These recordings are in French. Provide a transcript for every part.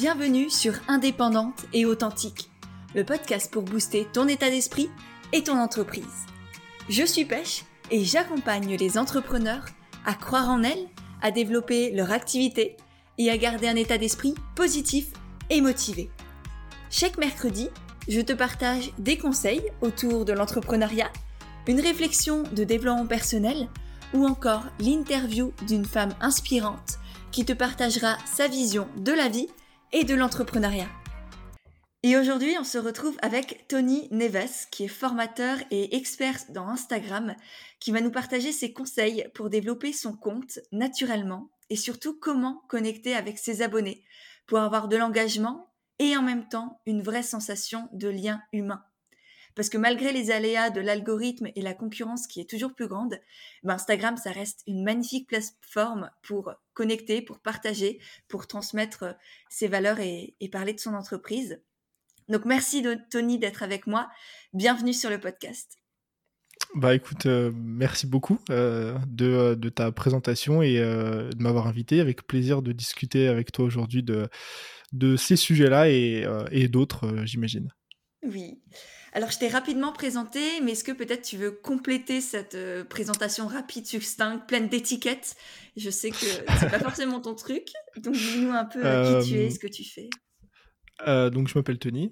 Bienvenue sur Indépendante et Authentique, le podcast pour booster ton état d'esprit et ton entreprise. Je suis Pêche et j'accompagne les entrepreneurs à croire en elles, à développer leur activité et à garder un état d'esprit positif et motivé. Chaque mercredi, je te partage des conseils autour de l'entrepreneuriat, une réflexion de développement personnel ou encore l'interview d'une femme inspirante qui te partagera sa vision de la vie et de l'entrepreneuriat. Et aujourd'hui, on se retrouve avec Tony Neves, qui est formateur et expert dans Instagram, qui va nous partager ses conseils pour développer son compte naturellement et surtout comment connecter avec ses abonnés pour avoir de l'engagement et en même temps une vraie sensation de lien humain. Parce que malgré les aléas de l'algorithme et la concurrence qui est toujours plus grande, Instagram, ça reste une magnifique plateforme pour connecter, pour partager, pour transmettre ses valeurs et parler de son entreprise. Donc merci Tony d'être avec moi. Bienvenue sur le podcast. Écoute, merci beaucoup de ta présentation et de m'avoir invité. Avec plaisir de discuter avec toi aujourd'hui de ces sujets-là et d'autres, j'imagine. Oui. Alors, je t'ai rapidement présenté, mais est-ce que peut-être tu veux compléter cette présentation rapide, succincte, pleine d'étiquettes? Je sais que c'est pas forcément ton truc, donc dis-nous un peu qui tu es, ce que tu fais. Donc je m'appelle Tony.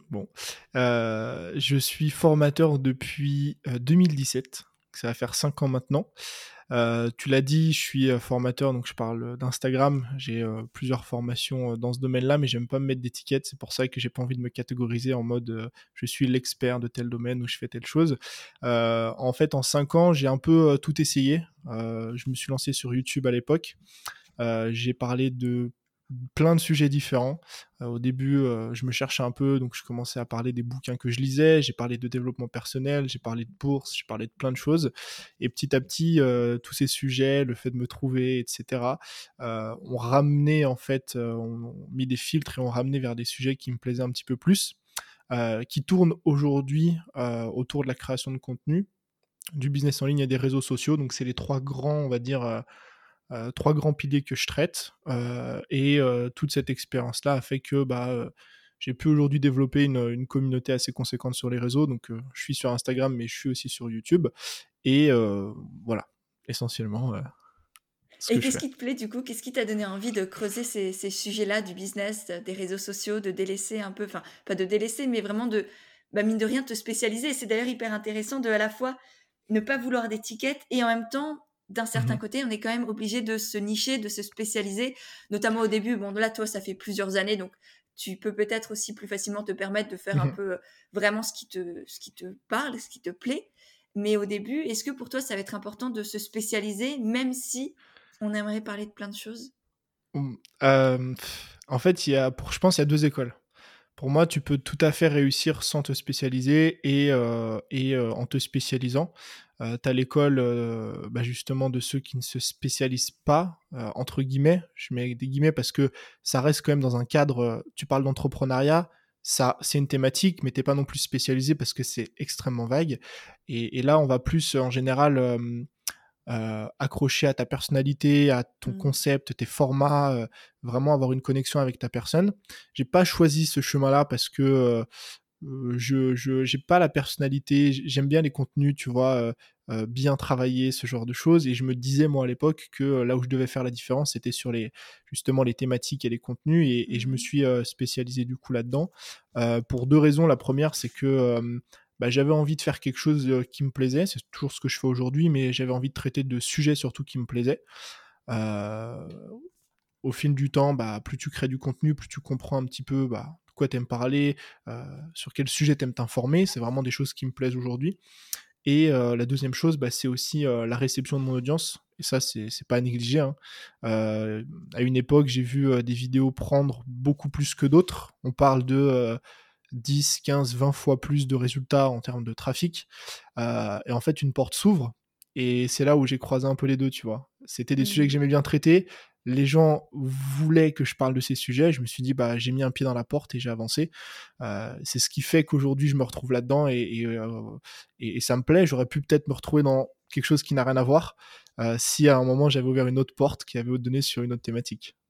Je suis formateur depuis 2017. Ça va faire 5 ans maintenant. Tu l'as dit, je suis formateur, donc je parle d'Instagram. J'ai plusieurs formations dans ce domaine-là, mais j'aime pas me mettre d'étiquette. C'est pour ça que j'ai pas envie de me catégoriser en mode je suis l'expert de tel domaine ou je fais telle chose. En fait, en 5 ans, j'ai un peu tout essayé. Je me suis lancé sur YouTube à l'époque. J'ai parlé de plein de sujets différents. Au début, je me cherchais un peu, donc je commençais à parler des bouquins que je lisais, j'ai parlé de développement personnel, j'ai parlé de bourse, j'ai parlé de plein de choses. Et petit à petit, tous ces sujets, le fait de me trouver, etc., on ramenait en fait, on mis des filtres et on ramenait vers des sujets qui me plaisaient un petit peu plus, qui tournent aujourd'hui autour de la création de contenu, du business en ligne et des réseaux sociaux. Donc c'est les trois grands, on va dire, trois grands piliers que je traite, et toute cette expérience-là a fait que j'ai pu aujourd'hui développer une communauté assez conséquente sur les réseaux. Donc je suis sur Instagram, mais je suis aussi sur YouTube. Et voilà, essentiellement ce Et que je qu'est-ce fais. qui te plaît du coup? Qu'est-ce qui t'a donné envie de creuser ces sujets-là du business, des réseaux sociaux, de délaisser un peu, enfin pas de délaisser, mais vraiment de, mine de rien, te spécialiser. C'est d'ailleurs hyper intéressant de à la fois ne pas vouloir d'étiquette et en même temps, d'un certain Mmh. côté, on est quand même obligé de se nicher, de se spécialiser, notamment au début. Bon, là, toi, ça fait plusieurs années, donc tu peux peut-être aussi plus facilement te permettre de faire un Mmh. peu vraiment ce qui te parle, ce qui te plaît. Mais au début, est-ce que pour toi, ça va être important de se spécialiser, même si on aimerait parler de plein de choses? En fait, je pense qu'il y a 2 écoles. Pour moi, tu peux tout à fait réussir sans te spécialiser et en te spécialisant. Tu as l'école, justement de ceux qui ne se spécialisent pas, entre guillemets. Je mets des guillemets parce que ça reste quand même dans un cadre, tu parles d'entrepreneuriat, ça c'est une thématique, mais tu es pas non plus spécialisé parce que c'est extrêmement vague et là, on va plus, en général, accrocher à ta personnalité, à ton Mmh. concept, tes formats, vraiment avoir une connexion avec ta personne. J'ai pas choisi ce chemin-là parce que je j'ai pas la personnalité. J'aime bien les contenus, tu vois, bien travaillés, ce genre de choses. Et je me disais moi à l'époque que là où je devais faire la différence, c'était sur justement les thématiques et les contenus. Et je me Mmh. suis spécialisé du coup là-dedans pour 2 raisons. La première, c'est que j'avais envie de faire quelque chose qui me plaisait. C'est toujours ce que je fais aujourd'hui, mais j'avais envie de traiter de sujets surtout qui me plaisaient. Euh, Au fil du temps, plus tu crées du contenu, plus tu comprends un petit peu de quoi t'aimes parler, sur quel sujet t'aimes t'informer. C'est vraiment des choses qui me plaisent aujourd'hui. Et la deuxième chose, c'est aussi la réception de mon audience. Et ça, c'est pas à négliger, hein. À une époque, j'ai vu des vidéos prendre beaucoup plus que d'autres. On parle de 10, 15, 20 fois plus de résultats en termes de trafic. Et en fait, une porte s'ouvre. Et c'est là où j'ai croisé un peu les deux, tu vois. C'était des sujets que Mmh. j'aimais bien traiter. Les gens voulaient que je parle de ces sujets. Je me suis dit, j'ai mis un pied dans la porte et j'ai avancé. C'est ce qui fait qu'aujourd'hui, je me retrouve là-dedans et ça me plaît. J'aurais pu peut-être me retrouver dans quelque chose qui n'a rien à voir si à un moment, j'avais ouvert une autre porte qui avait donné sur une autre thématique.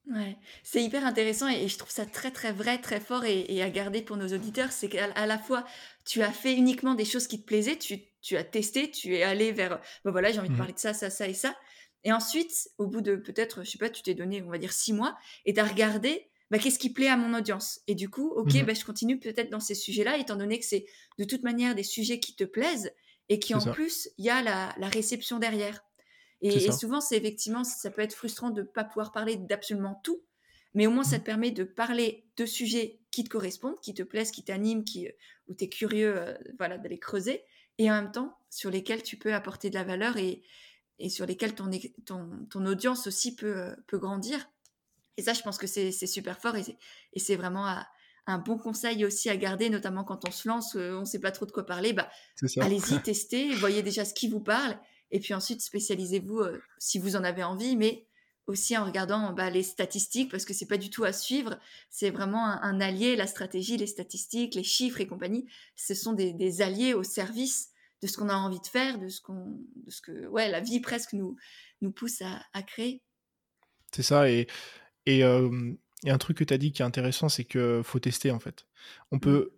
Ouais, c'est hyper intéressant et je trouve ça très, très vrai, très fort et à garder pour nos auditeurs. C'est qu'à la fois, tu as fait uniquement des choses qui te plaisaient, tu as testé, tu es allé vers, bah, voilà, j'ai envie de Mmh. parler de ça et ça. Et ensuite, au bout de peut-être, je sais pas, tu t'es donné, on va dire 6 mois et tu as regardé, bah, qu'est-ce qui plaît à mon audience? Et du coup, OK, Mmh. bah, je continue peut-être dans ces sujets-là, étant donné que c'est de toute manière des sujets qui te plaisent et qui C'est en ça, plus, il y a la réception derrière. c'est Et ça. souvent, c'est effectivement, ça peut être frustrant de ne pas pouvoir parler d'absolument tout, mais au moins ça Mmh. te permet de parler de sujets qui te correspondent, qui te plaisent, qui t'animent, où tu es curieux voilà, d'aller creuser, et en même temps sur lesquels tu peux apporter de la valeur et sur lesquels ton audience aussi peut grandir. Et ça, je pense que c'est super fort et c'est vraiment un bon conseil aussi à garder, notamment quand on se lance, on ne sait pas trop de quoi parler. Bah, C'est ça. allez-y, testez, voyez déjà ce qui vous parle et puis ensuite spécialisez-vous si vous en avez envie, mais aussi en regardant bah, les statistiques parce que c'est pas du tout à suivre. C'est vraiment un allié, la stratégie, les statistiques, les chiffres et compagnie. Ce sont des alliés au service de ce qu'on a envie de faire, de ce que ouais, la vie presque nous pousse à créer. C'est ça et il y a un truc que tu as dit qui est intéressant, c'est que faut tester, en fait. On Mm. peut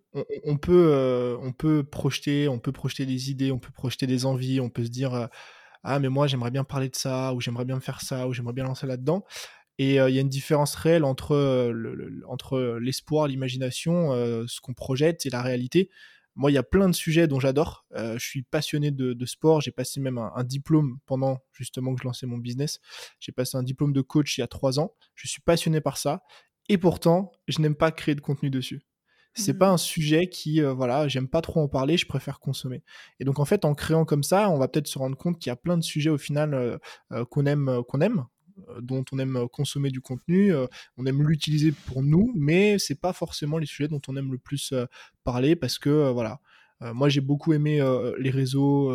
on peut projeter des idées, on peut projeter des envies, on peut se dire, «Ah mais moi j'aimerais bien parler de ça» ou «J'aimerais bien me faire ça» ou «J'aimerais bien lancer là-dedans» et il y a une différence réelle entre, entre l'espoir, l'imagination, ce qu'on projette et la réalité. Moi, il y a plein de sujets dont j'adore. Je suis passionné de sport. J'ai passé même un diplôme pendant justement que je lançais mon business. J'ai passé un diplôme de coach il y a 3 ans. Je suis passionné par ça et pourtant, je n'aime pas créer de contenu dessus. C'est pas un Mm. sujet qui, voilà, j'aime pas trop en parler, je préfère consommer et donc en fait, en créant comme ça, on va peut-être se rendre compte qu'il y a plein de sujets au final, qu'on aime, dont on aime consommer du contenu, on aime l'utiliser pour nous, mais c'est pas forcément les sujets dont on aime le plus parler parce que voilà. Moi j'ai beaucoup aimé les réseaux,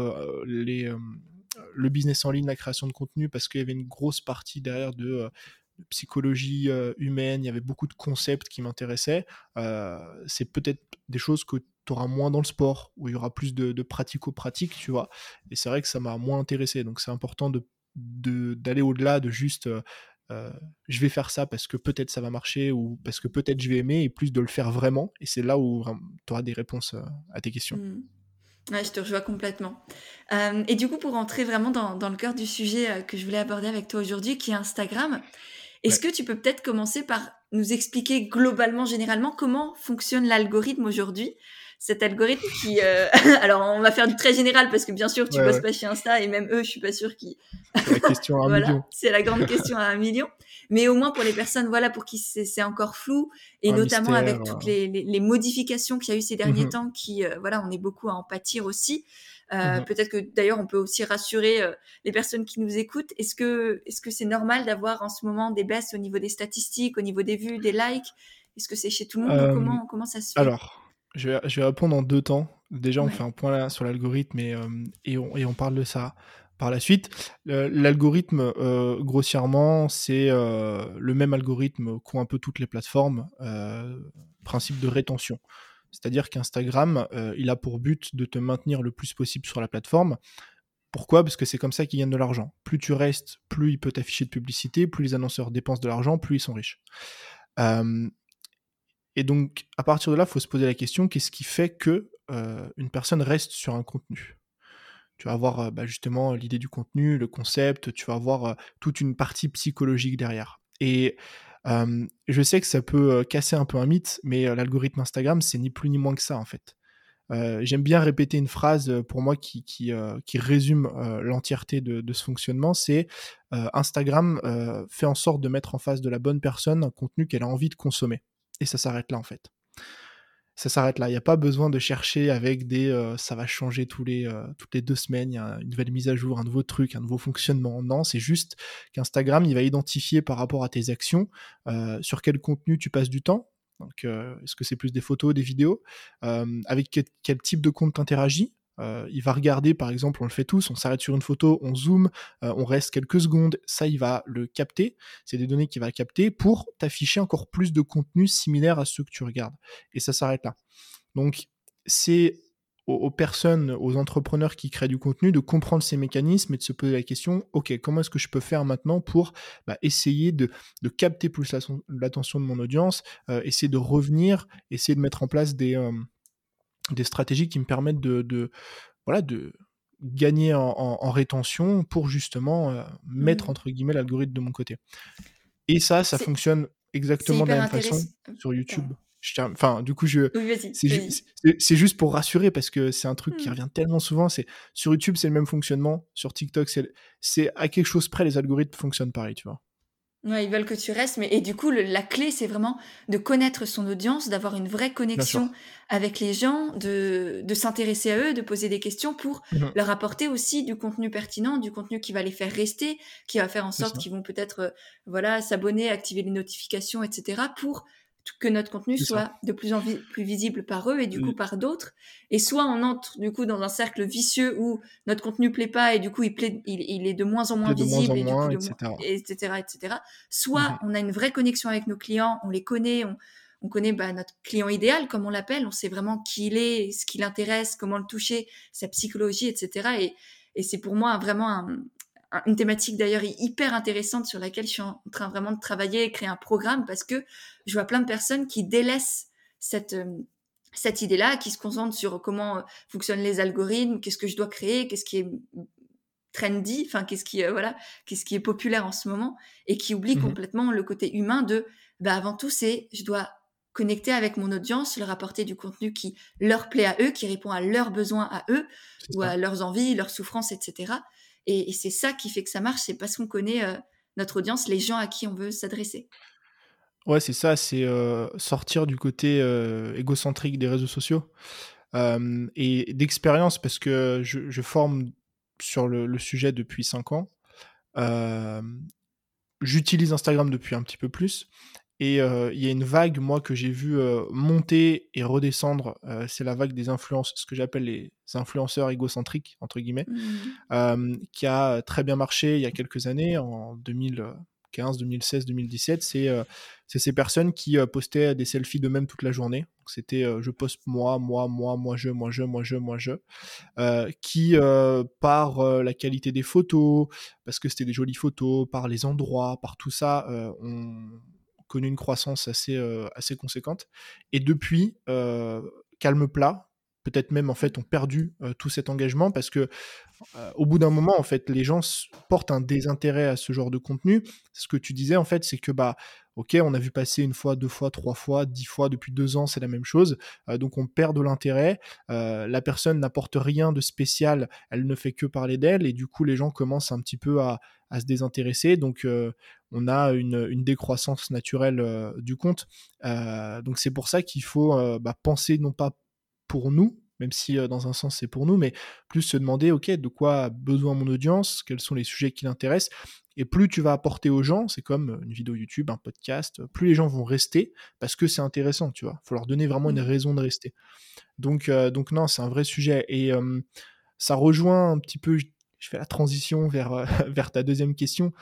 le business en ligne, la création de contenu parce qu'il y avait une grosse partie derrière de psychologie humaine, il y avait beaucoup de concepts qui m'intéressaient. C'est peut-être des choses que tu auras moins dans le sport, où il y aura plus de pratico-pratique, tu vois. Et c'est vrai que ça m'a moins intéressé. Donc c'est important d'aller au-delà de juste je vais faire ça parce que peut-être ça va marcher ou parce que peut-être je vais aimer et plus de le faire vraiment. Et c'est là où tu auras des réponses à tes questions. Mm. Ouais, je te rejoins complètement. Et du coup, pour entrer vraiment dans le cœur du sujet que je voulais aborder avec toi aujourd'hui, qui est Instagram, est-ce Ouais. que tu peux peut-être commencer par nous expliquer globalement, généralement, comment fonctionne l'algorithme aujourd'hui? Cet algorithme qui, alors on va faire du très général parce que bien sûr tu Ouais, bosses ouais. pas chez Insta et même eux, je suis pas sûre qu'ils C'est la question à un voilà, million. c'est la grande question à 1 million. Mais au moins pour les personnes, voilà, pour qui c'est encore flou et Un notamment mystère. avec toutes les modifications qu'il y a eu ces derniers Mhm, temps qui, voilà, on est beaucoup à en pâtir aussi. mhm. Peut-être que d'ailleurs on peut aussi rassurer les personnes qui nous écoutent. Est-ce que c'est normal d'avoir en ce moment des baisses au niveau des statistiques, au niveau des vues, des likes? Est-ce que c'est chez tout le monde ou Euh, comment ça se fait? Alors, je vais répondre en 2 temps. Déjà, on fait Ouais. un point là sur l'algorithme et on parle de ça par la suite. L'algorithme, grossièrement, c'est le même algorithme qu'ont un peu toutes les plateformes, principe de rétention. C'est-à-dire qu'Instagram, il a pour but de te maintenir le plus possible sur la plateforme. Pourquoi? Parce que c'est comme ça qu'ils gagnent de l'argent. Plus tu restes, plus il peut t'afficher de publicité, plus les annonceurs dépensent de l'argent, plus ils sont riches. Euh, et donc, à partir de là, il faut se poser la question, qu'est-ce qui fait que une personne reste sur un contenu? Tu vas avoir bah, justement l'idée du contenu, le concept, tu vas avoir toute une partie psychologique derrière. Et je sais que ça peut casser un peu un mythe, mais l'algorithme Instagram, c'est ni plus ni moins que ça en fait. J'aime bien répéter une phrase pour moi qui résume l'entièreté de ce fonctionnement, c'est Instagram fait en sorte de mettre en face de la bonne personne un contenu qu'elle a envie de consommer. Et ça s'arrête là en fait. Ça s'arrête là. Il n'y a pas besoin de chercher avec des ça va changer toutes les 2 semaines, il y a une nouvelle mise à jour, un nouveau truc, un nouveau fonctionnement. Non, c'est juste qu'Instagram, il va identifier par rapport à tes actions sur quel contenu tu passes du temps. Donc, est-ce que c'est plus des photos, des vidéos avec quel type de compte t'interagis il va regarder, par exemple, on le fait tous, on s'arrête sur une photo, on zoome, on reste quelques secondes, ça il va le capter, c'est des données qu'il va capter pour t'afficher encore plus de contenu similaire à ceux que tu regardes et ça s'arrête là. Donc, c'est aux personnes, aux entrepreneurs qui créent du contenu, de comprendre ces mécanismes et de se poser la question, OK, comment est-ce que je peux faire maintenant pour essayer de capter plus l'attention de mon audience, essayer de revenir, essayer de mettre en place des stratégies qui me permettent de gagner en rétention pour justement mettre Mmh. entre guillemets l'algorithme de mon côté. Et ça C'est fonctionne c'est exactement de la hyper même façon intéressant. sur Pardon. YouTube. Enfin, du coup, Oui, vas-y, c'est, vas-y. c'est juste pour rassurer parce que c'est un truc qui Mmh. revient tellement souvent. C'est sur YouTube, c'est le même fonctionnement. Sur TikTok, c'est à quelque chose près, les algorithmes fonctionnent pareil, tu vois. Ouais, ils veulent que tu restes, mais et du coup, la clé, c'est vraiment de connaître son audience, d'avoir une vraie Bien connexion sûr. avec les gens, de s'intéresser à eux, de poser des questions pour Mhm. leur apporter aussi du contenu pertinent, du contenu qui va les faire rester, qui va faire en C'est sorte ça. qu'ils vont peut-être voilà, s'abonner, activer les notifications, etc. pour que notre contenu C'est ça. soit de plus en plus visible par eux et du coup L- par d'autres. Et soit on entre du coup dans un cercle vicieux où notre contenu plaît pas et du coup il est de moins en moins De moins en visible et du coup moins, de moins, etc. etc., etc. Soit Mhm. on a une vraie connexion avec nos clients, on les connaît, on connaît notre client idéal, comme on l'appelle, on sait vraiment qui il est, ce qui l'intéresse, comment le toucher, sa psychologie, etc. Et c'est pour moi vraiment une thématique d'ailleurs hyper intéressante sur laquelle je suis en train vraiment de travailler et créer un programme parce que je vois plein de personnes qui délaissent cette, cette idée-là, qui se concentrent sur comment fonctionnent les algorithmes, qu'est-ce que je dois créer, qu'est-ce qui est trendy, enfin qu'est-ce qui est populaire en ce moment, et qui oublie Mhm. complètement le côté humain de, avant tout, c'est je dois connecter avec mon audience, leur apporter du contenu qui leur plaît à eux, qui répond à leurs besoins à eux, C'est ou ça. à leurs envies, leurs souffrances, etc. Et c'est ça qui fait que ça marche, c'est parce qu'on connaît notre audience, les gens à qui on veut s'adresser. Ouais, c'est ça, c'est sortir du côté égocentrique des réseaux sociaux. Et d'expérience, parce que je forme sur le sujet depuis 5 ans. Euh, J'utilise Instagram depuis un petit peu plus. Et il y a une vague, moi, que j'ai vu monter et redescendre. C'est la vague des influences, ce que j'appelle les influenceurs égocentriques, entre guillemets, Mmh. qui a très bien marché il y a quelques années, en 2015, 2016, 2017. C'est ces personnes qui postaient des selfies d'eux-mêmes toute la journée. Donc, c'était je poste moi, qui, par la qualité des photos, parce que c'était des jolies photos, par les endroits, par tout ça, ont connu une croissance assez conséquente. Et depuis, calme plat, peut-être même en fait ont perdu tout cet engagement parce que au bout d'un moment, en fait, les gens portent un désintérêt à ce genre de contenu. Ce que tu disais, en fait, c'est que, ok, on a vu passer une fois, deux fois, trois fois, 10 fois, depuis 2 ans, c'est la même chose. Donc, on perd de l'intérêt. La personne n'apporte rien de spécial. Elle ne fait que parler d'elle. Et du coup, les gens commencent un petit peu à se désintéresser. Donc, on a une décroissance naturelle du compte. Donc, c'est pour ça qu'il faut penser non pas pour nous, même si dans un sens c'est pour nous, mais plus se demander, ok, de quoi a besoin mon audience, quels sont les sujets qui l'intéressent, et plus tu vas apporter aux gens, c'est comme une vidéo YouTube, un podcast, plus les gens vont rester parce que c'est intéressant, tu vois. Il faut leur donner vraiment une Mmh. raison de rester. Donc non, c'est un vrai sujet, et ça rejoint un petit peu, je fais la transition vers, vers ta deuxième question,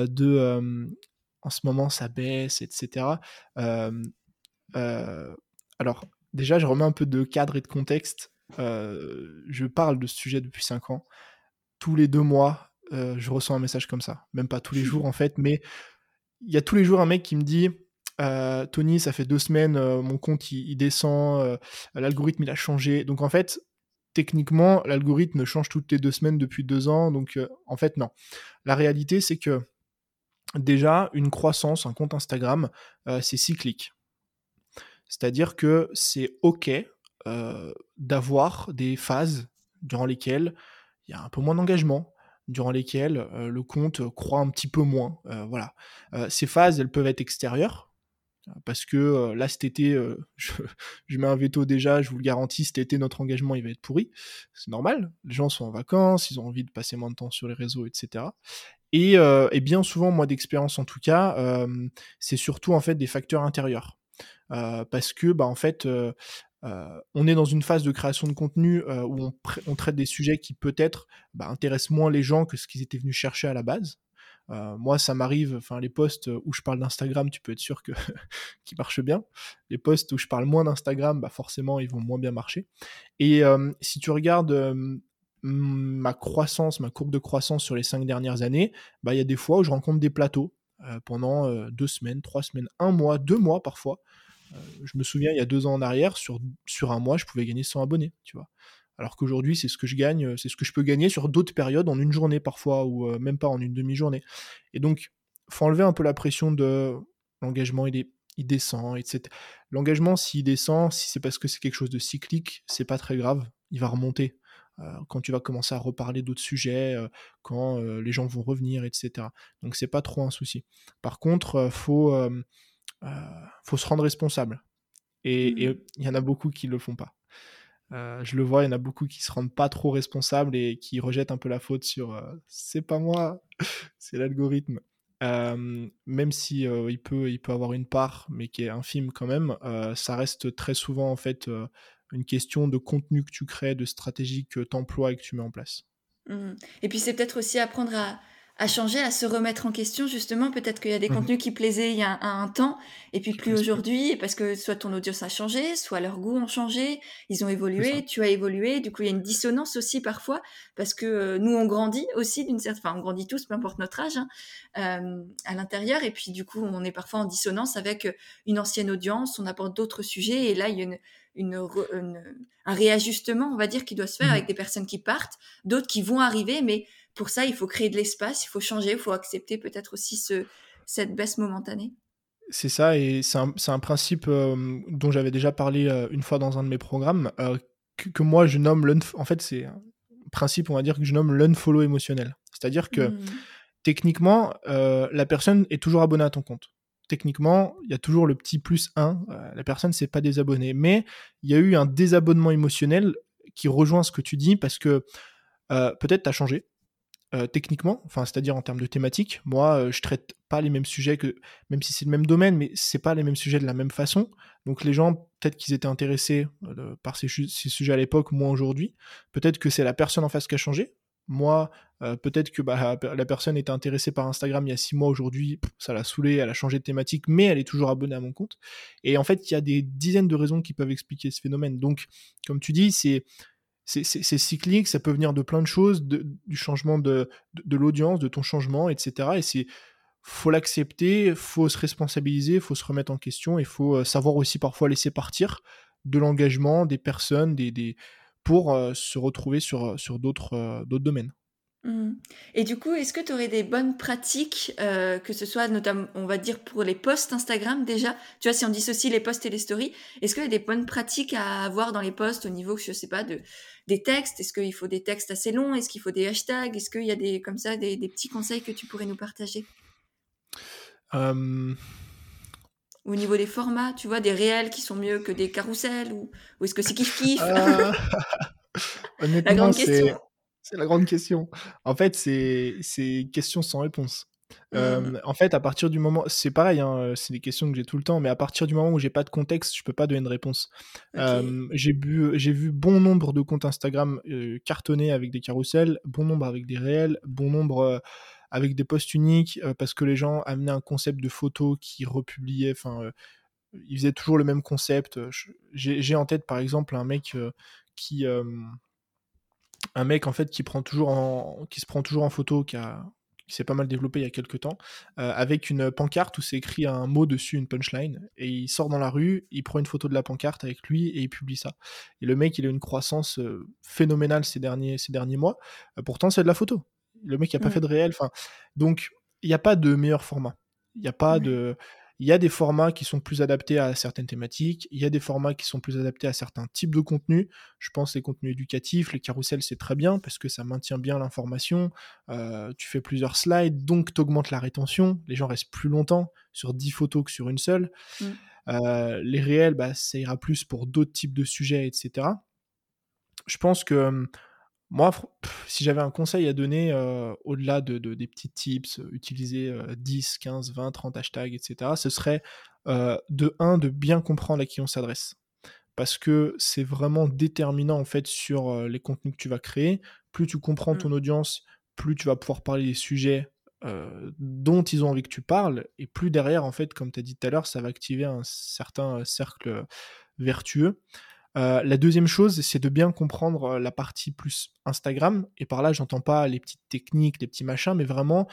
en ce moment ça baisse, etc. Euh, euh, alors, déjà, je remets un peu de cadre et de contexte. Je parle de ce sujet depuis 5 ans. Tous les 2 mois, je reçois un message comme ça. Même pas tous les jours, en fait, mais il y a tous les jours un mec qui me dit Tony, ça fait 2 semaines, mon compte il descend, l'algorithme il a changé. Donc, en fait, techniquement, l'algorithme change toutes les 2 semaines depuis 2 ans. Donc, en fait, non. La réalité, c'est que déjà, une croissance, un compte Instagram, c'est cyclique. C'est-à-dire que c'est OK d'avoir des phases durant lesquelles il y a un peu moins d'engagement, durant lesquelles le compte croît un petit peu moins. Voilà. Ces phases, elles peuvent être extérieures, parce que là, cet été, je mets un veto déjà, je vous le garantis, cet été, notre engagement, il va être pourri. C'est normal, les gens sont en vacances, ils ont envie de passer moins de temps sur les réseaux, etc. Et bien souvent, moi d'expérience en tout cas, c'est surtout en fait des facteurs intérieurs. Parce que en fait, on est dans une phase de création de contenu où on traite des sujets qui peut-être intéressent moins les gens que ce qu'ils étaient venus chercher à la base. Moi, ça m'arrive, enfin, les posts où je parle d'Instagram, tu peux être sûr que qu'ils marchent bien. Les posts où je parle moins d'Instagram, bah forcément, ils vont moins bien marcher. Et si tu regardes ma croissance, ma courbe de croissance sur les 5 dernières années, bah il y a des fois où je rencontre des plateaux pendant 2 semaines, 3 semaines, 1 mois, 2 mois parfois. Je me souviens, il y a 2 ans en arrière, sur un mois, je pouvais gagner 100 abonnés, tu vois. Alors qu'aujourd'hui, c'est ce que je gagne, c'est ce que je peux gagner sur d'autres périodes en une journée parfois, ou même pas en une demi-journée. Et donc, faut enlever un peu la pression de l'engagement, il descend, etc. L'engagement, s'il descend, si c'est parce que c'est quelque chose de cyclique, c'est pas très grave, il va remonter. Quand tu vas commencer à reparler d'autres sujets, quand les gens vont revenir, etc. Donc c'est pas trop un souci. Par contre, faut se rendre responsable. Et il y en a beaucoup qui le font pas. Je le vois, il y en a beaucoup qui se rendent pas trop responsables et qui rejettent un peu la faute sur c'est pas moi, c'est l'algorithme. Même si il peut avoir une part, mais qui est infime quand même, ça reste très souvent en fait une question de contenu que tu crées, de stratégie que tu emploies et que tu mets en place. Et puis c'est peut-être aussi apprendre à changer, à se remettre en question, justement. Peut-être qu'il y a des Mhm. contenus qui plaisaient il y a un temps, et puis Qui plus plaisent plus. aujourd'hui, parce que soit ton audience a changé, soit leurs goûts ont changé, ils ont C'est ça. évolué, tu as évolué. Du coup, il y a une dissonance aussi parfois, parce que nous, on grandit aussi d'une certaine... Enfin, on grandit tous, peu importe notre âge, hein, à l'intérieur. Et puis, du coup, on est parfois en dissonance avec une ancienne audience, on aborde d'autres sujets, et là, il y a un réajustement, on va dire, qui doit se faire Mhm. avec des personnes qui partent, d'autres qui vont arriver, mais pour ça, il faut créer de l'espace, il faut changer, il faut accepter peut-être aussi cette baisse momentanée. C'est ça, et c'est un principe dont j'avais déjà parlé une fois dans un de mes programmes, que moi je nomme en fait, c'est un principe, on va dire, que je nomme l'unfollow émotionnel. C'est-à-dire que Mmh. techniquement, la personne est toujours abonnée à ton compte. Techniquement, il y a toujours le petit plus 1, la personne s'est pas désabonnée. Mais il y a eu un désabonnement émotionnel qui rejoint ce que tu dis parce que peut-être tu as changé, techniquement, enfin, c'est-à-dire en termes de thématique. Moi, je traite pas les mêmes sujets que, même si c'est le même domaine, mais c'est pas les mêmes sujets de la même façon. Donc les gens, peut-être qu'ils étaient intéressés par ces sujets à l'époque, moi aujourd'hui. Peut-être que c'est la personne en face qui a changé. Moi, peut-être que la personne était intéressée par Instagram il y a 6 mois, aujourd'hui, ça l'a saoulée, elle a changé de thématique, mais elle est toujours abonnée à mon compte. Et en fait, il y a des dizaines de raisons qui peuvent expliquer ce phénomène. Donc, comme tu dis, c'est cyclique, ça peut venir de plein de choses, du changement de l'audience, de ton changement, etc. Et faut l'accepter, faut se responsabiliser, faut se remettre en question, et faut savoir aussi parfois laisser partir de l'engagement des personnes, pour se retrouver sur d'autres domaines. Mmh. Et du coup, est-ce que tu aurais des bonnes pratiques, que ce soit notamment, on va dire, pour les posts Instagram déjà? Tu vois, si on dissocie les posts et les stories, est-ce qu'il y a des bonnes pratiques à avoir dans les posts au niveau, je sais pas, des textes? Est-ce qu'il faut des textes assez longs? Est-ce qu'il faut des hashtags? Est-ce qu'il y a des, comme ça, des petits conseils que tu pourrais nous partager? Euh, Au niveau des formats, tu vois, des réels qui sont mieux que des carousels, ou est-ce que c'est kiff-kiff? euh, La Honnêtement, grande question. c'est la grande question. En fait, c'est question sans réponse. Mmh. En fait, à partir du moment, c'est pareil, hein, c'est des questions que j'ai tout le temps, mais à partir du moment où j'ai pas de contexte, je peux pas donner de réponse. OK. J'ai vu bon nombre de comptes Instagram cartonner avec des carousels, bon nombre avec des réels, bon nombre avec des posts uniques, parce que les gens amenaient un concept de photo qui republiaient, enfin, ils faisaient toujours le même concept. J'ai en tête par exemple un mec qui un mec en fait qui se prend toujours en photo, qui s'est pas mal développé il y a quelques temps, avec une pancarte où c'est écrit un mot dessus, une punchline, et il sort dans la rue, il prend une photo de la pancarte avec lui et il publie ça. Et le mec, il a une croissance phénoménale ces derniers mois. Pourtant, c'est de la photo. Le mec, il a pas fait Mmh. de réel. Enfin, donc, il n'y a pas de meilleur format. Il y a pas Ouais. de il y a des formats qui sont plus adaptés à certaines thématiques, il y a des formats qui sont plus adaptés à certains types de contenus. Je pense les contenus éducatifs, les carousels, c'est très bien parce que ça maintient bien l'information. Tu fais plusieurs slides, donc tu augmentes la rétention. Les gens restent plus longtemps sur 10 photos que sur une seule. Mmh. Les réels, bah, ça ira plus pour d'autres types de sujets, etc. Je pense que moi, si j'avais un conseil à donner, au-delà des petits tips, utiliser 10, 15, 20, 30 hashtags, etc., ce serait de bien comprendre à qui on s'adresse. Parce que c'est vraiment déterminant en fait sur les contenus que tu vas créer. Plus tu comprends Mmh. ton audience, plus tu vas pouvoir parler des sujets dont ils ont envie que tu parles, et plus derrière, en fait, comme tu as dit tout à l'heure, ça va activer un certain cercle vertueux. La deuxième chose, c'est de bien comprendre la partie plus Instagram, et par là, j'entends pas les petites techniques, les petits machins, mais vraiment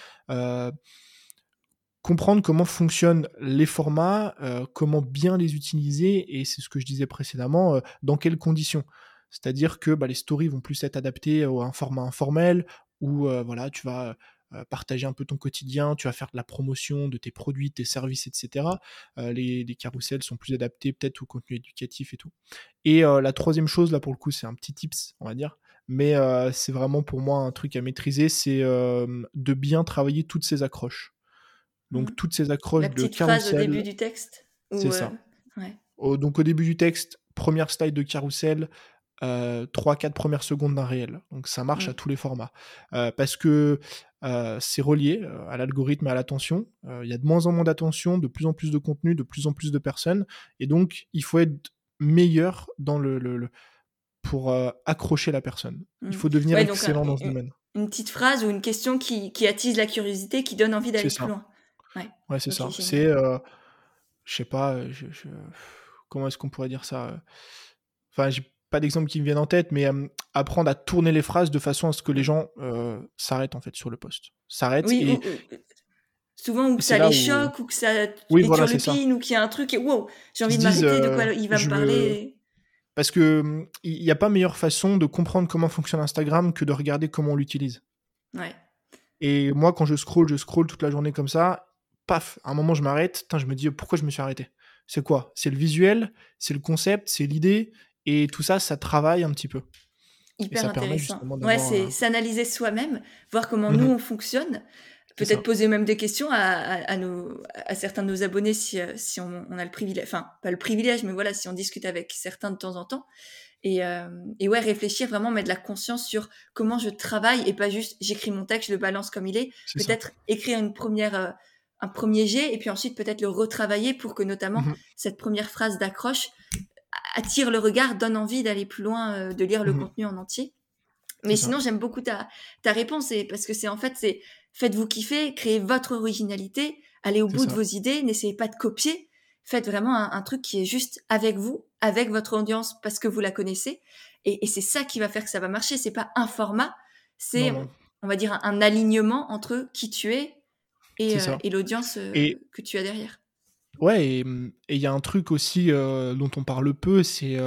comprendre comment fonctionnent les formats, comment bien les utiliser, et c'est ce que je disais précédemment, dans quelles conditions. C'est-à-dire que les stories vont plus être adaptées à un format informel où voilà, tu vas partager un peu ton quotidien, tu vas faire de la promotion de tes produits, de tes services, etc. Les carousels sont plus adaptés peut-être au contenu éducatif et tout. Et la troisième chose, là pour le coup, c'est un petit tips, on va dire, mais c'est vraiment pour moi un truc à maîtriser, c'est de bien travailler toutes ces accroches. Mmh. Donc toutes ces La accroches de petite phrase au début carrousel, du texte c'est ou ça. ouais. Donc au début du texte, première slide de carrousel, 3-4 premières secondes d'un réel. Donc ça marche à Mmh. tous les formats. Parce que c'est relié à l'algorithme et à l'attention. Il y a de moins en moins d'attention, de plus en plus de contenu, de plus en plus de personnes. Et donc il faut être meilleur dans pour accrocher la personne. Il Mmh. faut devenir Ouais, donc excellent dans ce domaine. une petite phrase ou une question qui attise la curiosité, qui donne envie C'est d'aller plus ça. loin. Ouais. Ouais, c'est OK, ça. génial. C'est, je sais pas, comment est-ce qu'on pourrait dire ça? Enfin, j'ai pas d'exemple qui me viennent en tête, mais apprendre à tourner les phrases de façon à ce que les Mmh. gens s'arrêtent en fait sur le post. S'arrêtent, Oui, et ou souvent où c'est ça là les où choque ou que ça oui, les voilà, c'est ça. turlupine ou qu'il y a un truc et wow, j'ai Qui envie se de disent, m'arrêter, de quoi il va me je me parler. parce que, il y a pas meilleure façon de comprendre comment fonctionne Instagram que de regarder comment on l'utilise. Ouais. Et moi, quand je scrolle toute la journée comme ça, paf, à un moment je m'arrête, putain, je me dis: «Pourquoi je me suis arrêté?» C'est quoi? C'est le visuel, c'est le concept, c'est l'idée, et tout ça, ça travaille un petit peu, et Hyper ça permet intéressant. justement Ouais, d'avoir c'est un s'analyser soi-même, voir comment mmh nous mh, on fonctionne, c'est peut-être ça. poser même des questions à certains de nos abonnés si on a le privilège, enfin pas le privilège, mais voilà, si on discute avec certains de temps en temps et ouais, réfléchir vraiment, mettre de la conscience sur comment je travaille et pas juste j'écris mon texte, je le balance comme il est. C'est ça. Peut-être écrire un premier jet et puis ensuite peut-être le retravailler pour que notamment Mmh mh. cette première phrase d'accroche attire le regard, donne envie d'aller plus loin, de lire le Mmh mh. contenu en entier. C'est Mais ça. sinon, j'aime beaucoup ta réponse et parce que c'est faites-vous kiffer, créez votre originalité, allez au C'est bout de ça. vos idées, n'essayez pas de copier. Faites vraiment un truc qui est juste avec vous, avec votre audience parce que vous la connaissez. Et c'est ça qui va faire que ça va marcher. C'est pas un format, Non, c'est, non, on va dire, un alignement entre qui tu es c'est ça. et l'audience Et que tu as derrière. ouais, et il y a un truc aussi, dont on parle peu,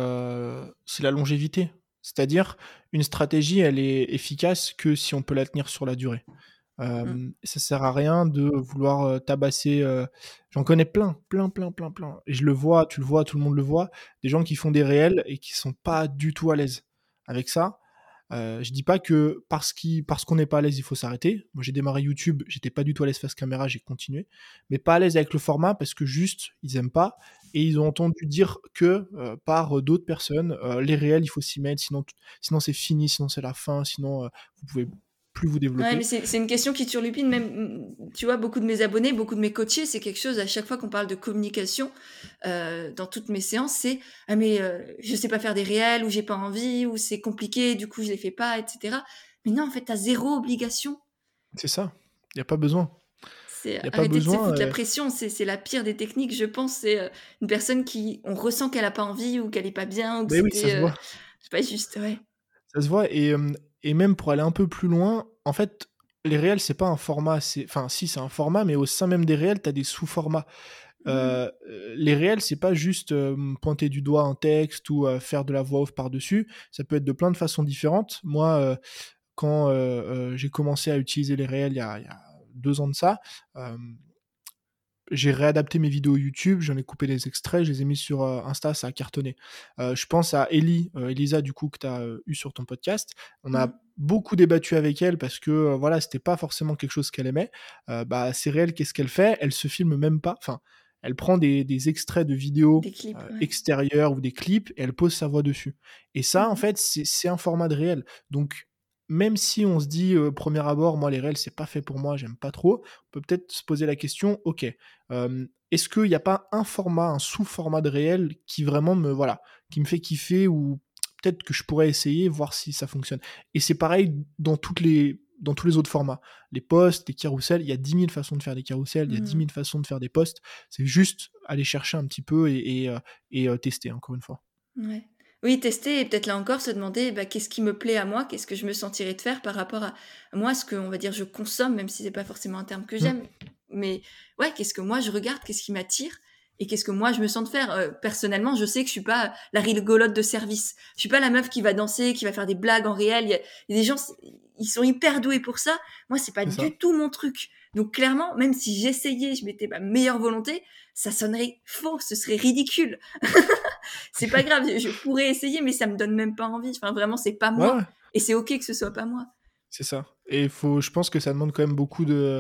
c'est la longévité. C'est-à-dire, une stratégie, elle est efficace que si on peut la tenir sur la durée. Mm. Ça sert à rien de vouloir tabasser. J'en connais plein, plein, plein, plein, plein. Et je le vois, tu le vois, tout le monde le voit. Des gens qui font des réels et qui sont pas du tout à l'aise avec ça. Je dis pas que parce qu'on n'est pas à l'aise, il faut s'arrêter. Moi, j'ai démarré YouTube, j'étais pas du tout à l'aise face caméra, j'ai continué. Mais pas à l'aise avec le format parce que juste, ils aiment pas. Et ils ont entendu dire que par d'autres personnes, les réels, il faut s'y mettre, sinon c'est fini, sinon c'est la fin, sinon vous pouvez plus vous Ouais, mais développer. c'est une question qui turlupine même, tu vois, beaucoup de mes abonnés, beaucoup de mes coachés, c'est quelque chose à chaque fois qu'on parle de communication, dans toutes mes séances, c'est: «Ah mais je sais pas faire des réels» ou «J'ai pas envie» ou «C'est compliqué, du coup je les fais pas» et cetera. Mais non, en fait, tu as 0 obligation. C'est ça, il y a pas besoin. C'est Il y a pas arrêter de se besoin, foutre la pression, c'est la pire des techniques, je pense, c'est, une personne qui on ressent qu'elle a pas envie ou qu'elle est pas bien ou que beh, oui, ça c'était, se voit. c'est pas juste, ouais. Ça se voit, et même pour aller un peu plus loin, en fait, les réels, c'est pas un format, enfin si, c'est un format, mais au sein même des réels, tu as des sous-formats. Mmh. Les réels, c'est pas juste, pointer du doigt un texte ou, faire de la voix off par-dessus. Ça peut être de plein de façons différentes. Moi, quand, j'ai commencé à utiliser les réels il y a 2 ans de ça, hem j'ai réadapté mes vidéos YouTube, j'en ai coupé des extraits, je les ai mis sur, Insta, ça a cartonné. Je pense à Elisa du coup que tu as, eue sur ton podcast. On Mmh. a beaucoup débattu avec elle parce que, voilà, c'était pas forcément quelque chose qu'elle aimait. C'est réel, qu'est-ce qu'elle fait? Elle se filme même pas, enfin, elle prend des extraits de vidéos, Des clips, ouais. extérieures ou des clips, et elle pose sa voix dessus. Et ça, en Mmh. fait, c'est un format de réel. Donc même si on se dit, premier abord: «Moi les réels, c'est pas fait pour moi, j'aime pas trop», on peut peut-être se poser la question: «OK, est-ce qu'il y a pas un format, un sous-format de réel qui vraiment qui me fait kiffer, ou peut-être que je pourrais essayer, voir si ça fonctionne?» Et c'est pareil dans toutes les dans tous les autres formats. Les posts, les carousels, il y a 10 000 façons de faire des carousels, il y a 10 000 façons de faire des posts. C'est juste aller chercher un petit peu et tester, encore une fois. Ouais. Oui, tester et peut-être là encore se demander qu'est-ce qui me plaît à moi, qu'est-ce que je me sentirais de faire par rapport à moi, ce que on va dire je consomme, même si c'est pas forcément un terme que Mm. j'aime. Mais ouais, qu'est-ce que moi je regarde, qu'est-ce qui m'attire et qu'est-ce que moi je me sens de faire. Personnellement, je sais que je suis pas la rigolote de service. Je suis pas la meuf qui va danser, qui va faire des blagues en réel. Il y a des gens, ils sont hyper doués pour ça. Moi, c'est pas C'est ça. du tout mon truc. Donc clairement, même si j'essayais, je mettais ma meilleure volonté, ça sonnerait faux, ce serait ridicule. C'est pas grave, je pourrais essayer, mais ça me donne même pas envie. Enfin, vraiment, c'est pas Ouais, moi. ouais, Et c'est ok que ce soit pas moi. c'est ça. Et je pense que ça demande quand même beaucoup de,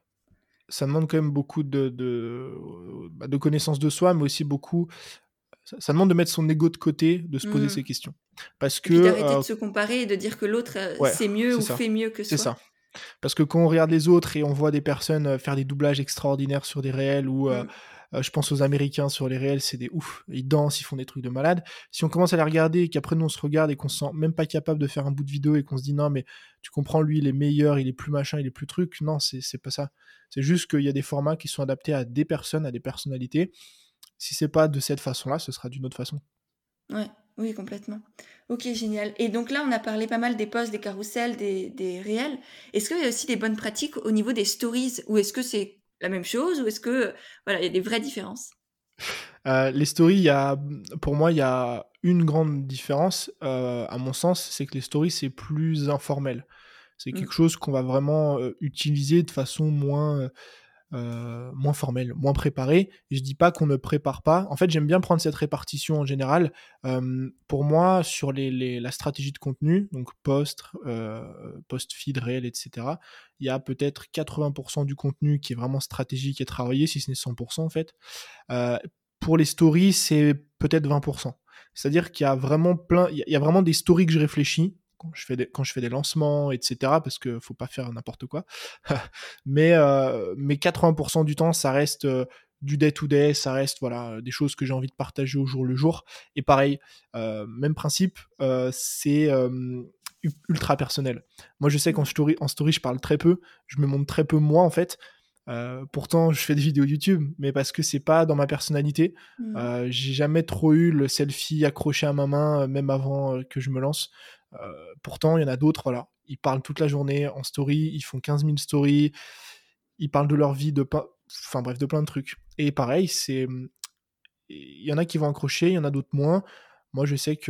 de connaissance de soi, mais aussi beaucoup, ça demande de mettre son ego de côté, de se poser Hmm. ces questions. Parce Et puis que, d'arrêter de se comparer et de dire que l'autre ouais, sait mieux c'est ou ça. fait mieux que C'est soi. ça. Parce que quand on regarde les autres et on voit des personnes faire des doublages extraordinaires sur des réels ou Hmm. je pense aux Américains sur les réels, c'est des ouf, ils dansent, ils font des trucs de malade. Si on commence à les regarder et qu'après nous on se regarde et qu'on se sent même pas capable de faire un bout de vidéo et qu'on se dit non mais tu comprends, lui il est meilleur, il est plus machin, il est plus truc, non c'est pas ça. C'est juste qu'il y a des formats qui sont adaptés à des personnes, à des personnalités. Si c'est pas de cette façon-là, ce sera d'une autre façon. Ouais, oui, complètement. Ok, génial. Et donc là, on a parlé pas mal des posts, des carousels, des réels. Est-ce qu'il y a aussi des bonnes pratiques au niveau des stories ou est-ce que c'est la même chose ou est-ce que voilà, il y a des vraies différences? Les stories, pour moi, il y a une grande différence, à mon sens, c'est que les stories, c'est plus informel. C'est Hmm. quelque chose qu'on va vraiment utiliser de façon moins formelle, moins préparée. Et je dis pas qu'on ne prépare pas. En fait, j'aime bien prendre cette répartition en général. Pour moi, sur la stratégie de contenu, donc post, feed, réel, etc., il y a peut-être 80% du contenu qui est vraiment stratégique et travaillé, si ce n'est 100% en fait. Euh, pour les stories, c'est peut-être 20%. C'est-à-dire qu'il y a vraiment il y a vraiment des stories que je réfléchis quand je fais des lancements, etc. Parce que faut pas faire n'importe quoi. mais 80% du temps, ça reste du day-to-day, ça reste voilà des choses que j'ai envie de partager au jour le jour. Et pareil, même principe, c'est ultra personnel. Moi, je sais qu'en story, je parle très peu, je me montre très peu moi en fait. Pourtant, je fais des vidéos YouTube, mais parce que c'est pas dans ma personnalité. Hmm. J'ai jamais trop eu le selfie accroché à ma main, même avant que je me lance. Pourtant, il y en a d'autres, voilà. Ils parlent toute la journée en story, ils font 15 000 stories, ils parlent de leur vie, enfin bref, de plein de trucs. Et pareil, il y en a qui vont accrocher, il y en a d'autres moins. Moi, je sais que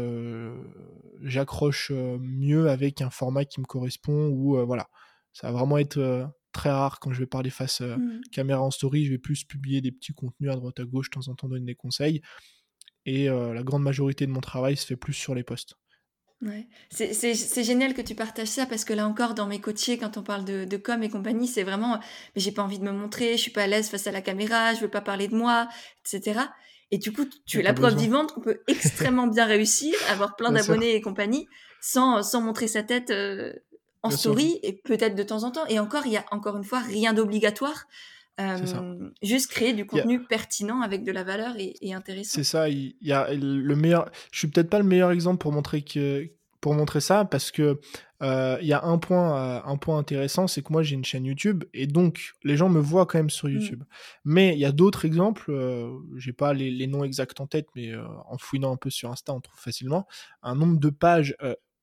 j'accroche mieux avec un format qui me correspond ou voilà. Ça va vraiment être très rare quand je vais parler face Hmm. caméra en story. Je vais plus publier des petits contenus à droite à gauche, de temps en temps donner des conseils. Et la grande majorité de mon travail se fait plus sur les posts. Ouais. C'est génial que tu partages ça parce que là encore, dans mes coachés, quand on parle de com et compagnie, c'est vraiment, mais j'ai pas envie de me montrer, je suis pas à l'aise face à la caméra, je veux pas parler de moi, etc. Et du coup, Il tu n'y es a la pas preuve besoin. vivante qu'on peut extrêmement bien réussir, avoir plein Bien sûr, d'abonnés et compagnie, sans montrer sa tête en bien sûr. story et peut-être de temps en temps. Et encore, il y a encore une fois rien d'obligatoire. C'est ça. Juste créer du Il y a- contenu pertinent avec de la valeur et intéressant. C'est ça, il y a le meilleur. Je suis peut-être pas le meilleur exemple pour montrer ça parce que il y a un point intéressant, c'est que moi j'ai une chaîne YouTube et donc les gens me voient quand même sur Mm. YouTube. Mais il y a d'autres exemples, j'ai pas les noms exacts en tête, mais en fouinant un peu sur Insta, on trouve facilement un nombre de pages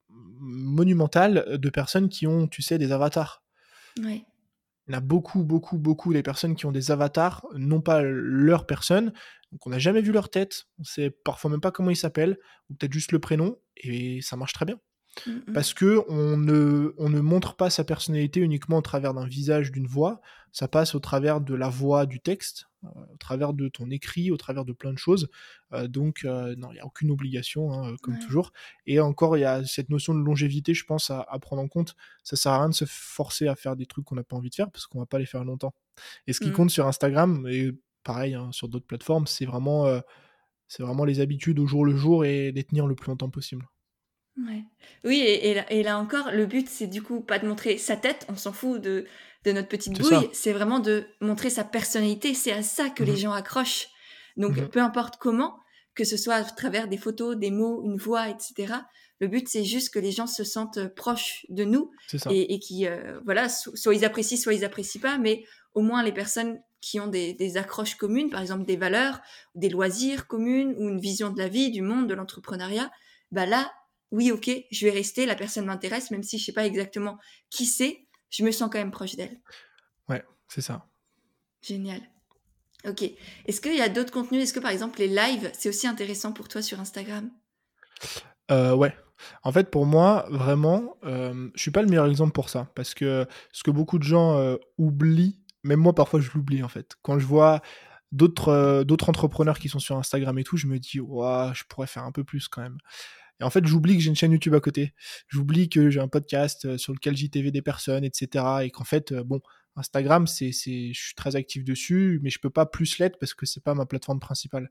monumental de personnes qui ont, tu sais, des avatars. Ouais. Il y en a beaucoup, beaucoup, beaucoup des personnes qui ont des avatars, non pas leur personne, donc on n'a jamais vu leur tête, on sait parfois même pas comment ils s'appellent, ou peut-être juste le prénom, et ça marche très bien. Mm, mm. Parce que on ne montre pas sa personnalité uniquement au travers d'un visage, d'une voix, ça passe au travers de la voix, du texte, au travers de ton écrit, au travers de plein de choses. Donc non, il n'y a aucune obligation, hein, comme Ouais. toujours. Et encore, il y a cette notion de longévité, je pense, à prendre en compte. Ça sert à rien de se forcer à faire des trucs qu'on n'a pas envie de faire, parce qu'on va pas les faire longtemps. Et ce qui Mm. compte sur Instagram, et pareil hein, sur d'autres plateformes, c'est vraiment les habitudes au jour le jour et les tenir le plus longtemps possible. Ouais. Oui, et là encore, le but, c'est du coup pas de montrer sa tête, on s'en fout de notre petite C'est bouille, ça. c'est vraiment de montrer sa personnalité, c'est à ça que les Mhm. gens accrochent. Donc, Mhm. peu importe comment, que ce soit à travers des photos, des mots, une voix, etc., Le but, c'est juste que les gens se sentent proches de nous C'est ça. et qui, voilà, soit ils apprécient, soit ils apprécient pas, mais au moins les personnes qui ont des accroches communes, par exemple des valeurs, des loisirs communes ou une vision de la vie, du monde, de l'entrepreneuriat, bah là, oui, ok, je vais rester, la personne m'intéresse, même si je sais pas exactement qui c'est, je me sens quand même proche d'elle. Ouais, c'est ça. Génial. Ok. Est-ce qu'il y a d'autres contenus? Est-ce que par exemple les lives, c'est aussi intéressant pour toi sur Instagram? Ouais. En fait, pour moi, vraiment, je suis pas le meilleur exemple pour ça, parce que ce que beaucoup de gens, oublient, même moi parfois je l'oublie en fait. Quand je vois d'autres entrepreneurs qui sont sur Instagram et tout, je me dis: «Waouh, je pourrais faire un peu plus quand même». Et en fait, j'oublie que j'ai une chaîne YouTube à côté. J'oublie que j'ai un podcast, sur lequel j'ITV des personnes et cetera et qu'en fait, bon, Instagram, je suis très actif dessus, mais je peux pas plus l'être parce que c'est pas ma plateforme principale.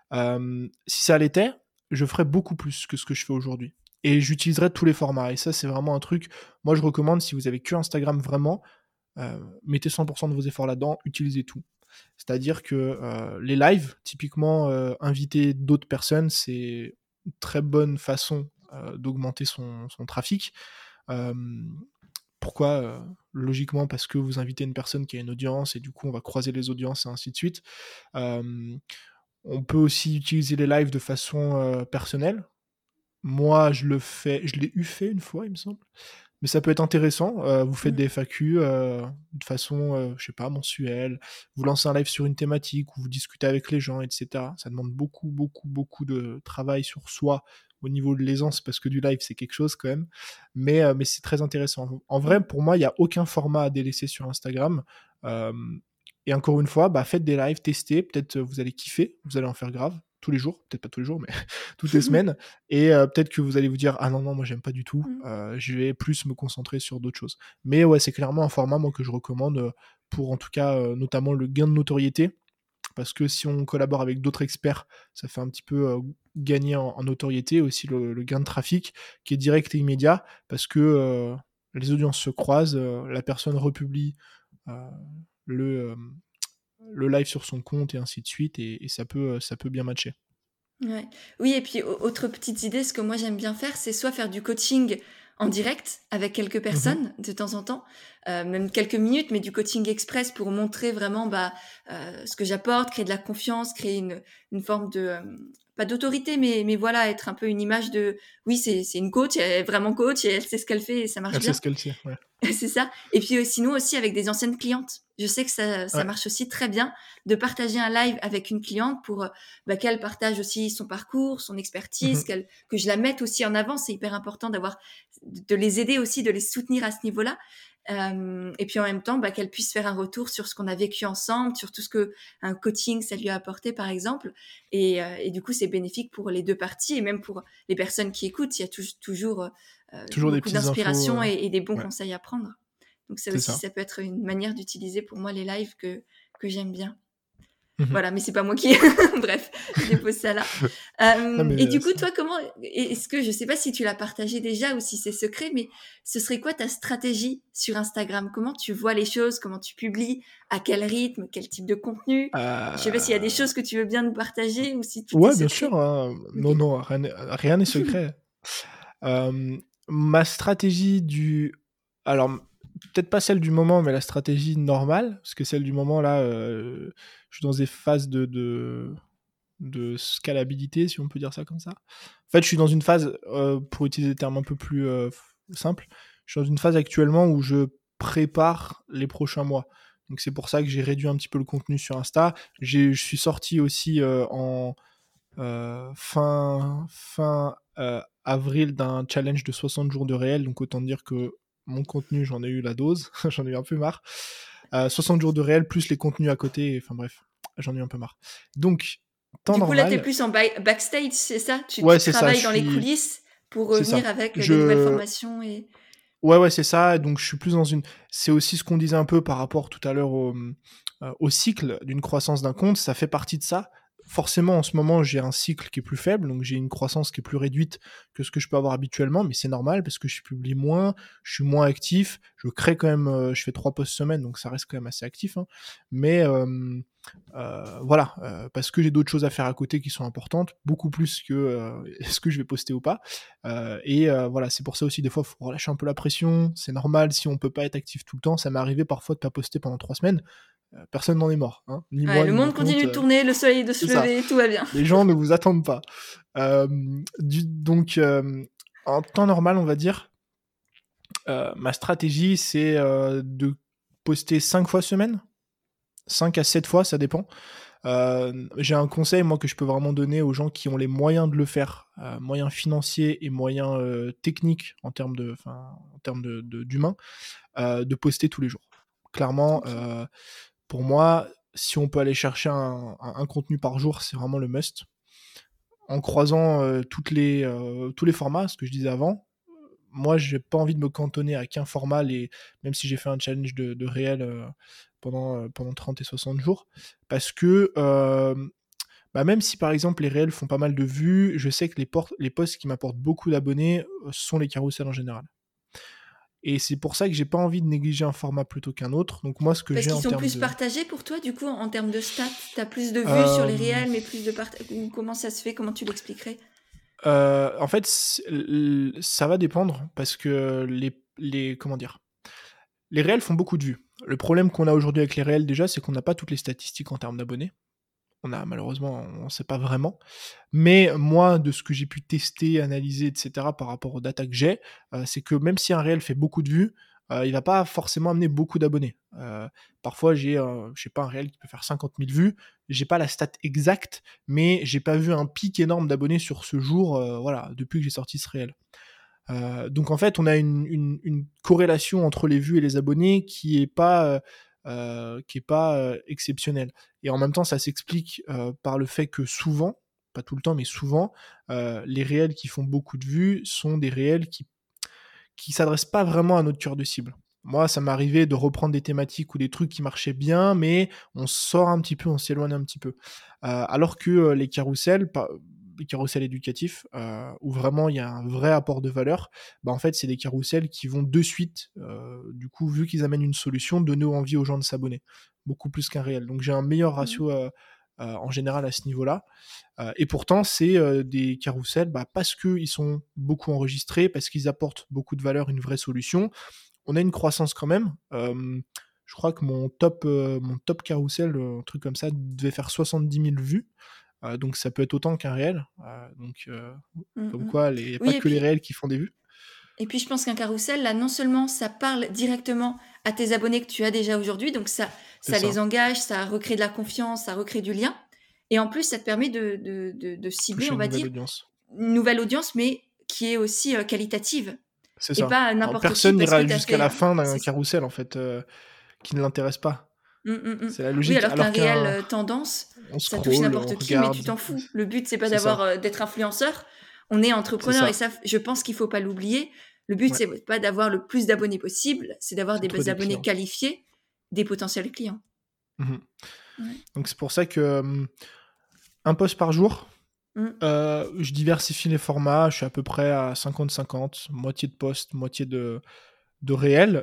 Si ça l'était, je ferais beaucoup plus que ce que je fais aujourd'hui et j'utiliserais tous les formats et ça, c'est vraiment un truc, moi, je recommande si vous avez que Instagram vraiment, mettez 100 de vos efforts là-dedans, utilisez tout. C'est-à-dire que, les lives, typiquement, inviter d'autres personnes, c'est une très bonne façon, d'augmenter son trafic. Hem, Pourquoi? Logiquement parce que vous invitez une personne qui a une audience et du coup, on va croiser les audiences et ainsi de suite. Hem On peut aussi utiliser les lives de façon, personnelle. Moi, je l'ai fait une fois, il me semble, mais ça peut être intéressant. Vous faites Mm. des FAQ, de façon, je sais pas, mensuelle. Vous lancez un live sur une thématique où vous discutez avec les gens et cetera. Ça demande beaucoup, beaucoup, beaucoup de travail sur soi au niveau de l'aisance parce que du live, c'est quelque chose quand même, mais c'est très intéressant. En vrai, Mm. pour moi, il y a aucun format à délaisser sur Instagram, hem et encore une fois, bah, faites des lives, testez, peut-être, vous allez kiffer, vous allez en faire grave, tous les jours, peut-être pas tous les jours, mais toutes les semaines et peut-être que vous allez vous dire: «Ah non, non, moi j'aime pas du tout, Mm. je vais plus me concentrer sur d'autres choses». Mais ouais, c'est clairement un format, moi, que je recommande, pour en tout cas, notamment le gain de notoriété. Parce que si on collabore avec d'autres experts, ça fait un petit peu, gagner en notoriété, aussi le gain de trafic qui est direct et immédiat parce que, les audiences se croisent, la personne republie, heu, le, le live sur son compte et ainsi de suite et ça peut bien matcher. Ouais. Oui, et puis autre petite idée, ce que moi j'aime bien faire, c'est soit faire du coaching en direct avec quelques Mmh. personnes de temps en temps, même quelques minutes, mais du coaching express pour montrer vraiment bah, ce que j'apporte, créer de la confiance, créer une forme de pas d'autorité, mais voilà, être un peu une image de oui, c'est une coach, elle est vraiment coach et elle sait ce qu'elle fait et ça marche Elle sait bien. ce qu'elle sait, ouais. C'est ça. Et puis sinon aussi avec des anciennes clientes. Je sais que ça Ouais. marche aussi très bien de partager un live avec une cliente pour bah, qu'elle partage aussi son parcours, son expertise, Mmh. que je la mette aussi en avant. C'est hyper important de les aider aussi, de les soutenir à ce niveau-là. Et puis en même temps, bah, qu'elle puisse faire un retour sur ce qu'on a vécu ensemble, sur tout ce que un coaching ça lui a apporté par exemple. Et du coup, c'est bénéfique pour les deux parties et même pour les personnes qui écoutent. Il y a toujours Toujours des beaucoup petites infos, d'inspiration et des bons ouais, conseils à prendre. Donc ça c'est aussi, ça. ça peut être une manière d'utiliser pour moi les lives que j'aime bien. Mmh. Voilà, mais c'est pas moi qui... Bref, je dépose ça là. Non mais, Et du coup, ça toi, comment... Est-ce que, je sais pas si tu l'as partagé déjà ou si c'est secret, mais ce serait quoi ta stratégie sur Instagram? Comment tu vois les choses? Comment tu publies? À quel rythme? Quel type de contenu? Je sais pas s'il y a des choses que tu veux bien nous partager ou si tout est ouais, bien sûr, secret. hein. Ok. Non, non, rien n'est secret. Ma stratégie du alors, peut-être pas celle du moment, mais la stratégie normale, parce que celle du moment là, je suis dans des phases de scalabilité, si on peut dire ça comme ça. En fait, je suis dans une phase, pour utiliser des termes un peu plus, simples, je suis dans une phase actuellement où je prépare les prochains mois. Donc c'est pour ça que j'ai réduit un petit peu le contenu sur Insta. Je suis sorti aussi, en fin avril d'un challenge de 60 jours de réel, donc autant dire que mon contenu, j'en ai eu la dose, j'en ai eu un peu marre. 60 jours de réel plus les contenus à côté, enfin bref, j'en ai eu un peu marre. Donc, temps Du coup, là, t'es normal, plus en backstage, c'est ça? ouais, Tu c'est ça, travailles dans les coulisses pour c'est ça. revenir avec des nouvelles Je, formations et... ouais, ouais, c'est ça. Donc, je suis plus dans une. C'est aussi ce qu'on disait un peu par rapport tout à l'heure au cycle d'une croissance d'un compte. Ça fait partie de ça. Forcément, en ce moment, j'ai un cycle qui est plus faible, donc j'ai une croissance qui est plus réduite que ce que je peux avoir habituellement, mais c'est normal parce que je publie moins, je suis moins actif, je crée quand même, je fais 3 posts semaine, donc ça reste quand même assez actif, hein. Mais Voilà, parce que j'ai d'autres choses à faire à côté qui sont importantes, beaucoup plus que est-ce que je vais poster ou pas. Voilà, c'est pour ça aussi des fois il faut relâcher un peu la pression. C'est normal si on peut pas être actif tout le temps. Ça m'est arrivé parfois de pas poster pendant 3 semaines. Personne n'en est mort, hein. Ni Ouais, moi le ni mon monde compte. continue de tourner, le soleil de C'est se ça. lever, tout va bien. Les gens ne vous attendent pas. Donc en temps normal, on va dire, ma stratégie c'est de poster 5 fois semaine, 5 à 7 fois, ça dépend. J'ai un conseil moi que je peux vraiment donner aux gens qui ont les moyens de le faire, moyens financiers et moyens techniques en termes d'humain, de poster tous les jours. Clairement, Ok. pour moi, si on peut aller chercher un contenu par jour, c'est vraiment le must. En croisant tous les formats, ce que je disais avant, moi, j'ai pas envie de me cantonner à qu'un format, même si j'ai fait un challenge de réel pendant 30 et 60 jours, parce que même si par exemple les réels font pas mal de vues, je sais que les posts qui m'apportent beaucoup d'abonnés sont les carousels en général. Et c'est pour ça que j'ai pas envie de négliger un format plutôt qu'un autre. Donc moi, ce que Parce j'ai qu'ils en sont termes plus de... partagés pour toi, du coup, en termes de stats, t'as plus de vues sur les Euh, réels, mais plus de partage. Comment ça se fait? Comment tu l'expliquerais? en fait, ça va dépendre parce que comment dire, les réels font beaucoup de vues. Le problème qu'on a aujourd'hui avec les réels déjà, c'est qu'on n'a pas toutes les statistiques en termes d'abonnés. Malheureusement, on ne sait pas vraiment. Mais moi, de ce que j'ai pu tester, analyser, etc., par rapport aux data que j'ai, c'est que même si un réel fait beaucoup de vues, il va pas forcément amener beaucoup d'abonnés. Parfois, j'ai, je sais pas, un réel qui peut faire 50 000 vues. J'ai pas la stat exacte, mais j'ai pas vu un pic énorme d'abonnés sur ce jour, voilà, depuis que j'ai sorti ce réel. Donc en fait, on a une corrélation entre les vues et les abonnés qui est pas exceptionnelle. Et en même temps, ça s'explique par le fait que souvent, pas tout le temps, mais souvent, les réels qui font beaucoup de vues sont des réels qui s'adressent pas vraiment à notre cœur de cible. Moi, ça m'est arrivé de reprendre des thématiques ou des trucs qui marchaient bien, mais on sort un petit peu, on s'éloigne un petit peu. Alors que les carousels éducatifs, où vraiment il y a un vrai apport de valeur, en fait, c'est des carousels qui vont de suite, du coup, vu qu'ils amènent une solution, donner envie aux gens de s'abonner. Beaucoup plus qu'un réel. Donc j'ai un meilleur ratio en général à ce niveau-là. Et pourtant, c'est des carousels parce qu'ils sont beaucoup enregistrés, parce qu'ils apportent beaucoup de valeur, une vraie solution. On a une croissance quand même. Je crois que mon top carrousel, un truc comme ça, devait faire 70 000 vues. Donc ça peut être autant qu'un réel. Comme quoi, il n'y a pas Oui, que les réels qui font des vues. et puis je pense qu'un carrousel, là, non seulement ça parle directement à tes abonnés que tu as déjà aujourd'hui, donc C'est ça ça. les engage, ça recrée de la confiance, ça recrée du lien. Et en plus, ça te permet de cibler, Toucher on une va nouvelle dire, audience. une nouvelle audience, mais qui est aussi qualitative. C'est Et ça. pas Alors, n'importe qui personne parce que n'ira tu as jusqu'à fait... la fin d'un c'est ça. carrousel, en fait, qui ne l'intéresse pas. C'est la Oui, logique. alors qu'un Alors réel qu'un... tendance, On ça touche scroll, on n'importe qui, mais tu regarde. t'en fous. Le but, c'est pas C'est ça. d'être influenceur. On est C'est entrepreneur et ça. ça, je pense qu'il faut pas l'oublier. Le but, Ouais. c'est pas d'avoir le plus d'abonnés possible, c'est d'avoir C'est de trouver des des abonnés clients. qualifiés, des potentiels clients. Mhm. Ouais. Donc c'est pour ça que un post par jour, Mm. je diversifie les formats, je suis à peu près à 50-50, moitié de post, moitié de réel.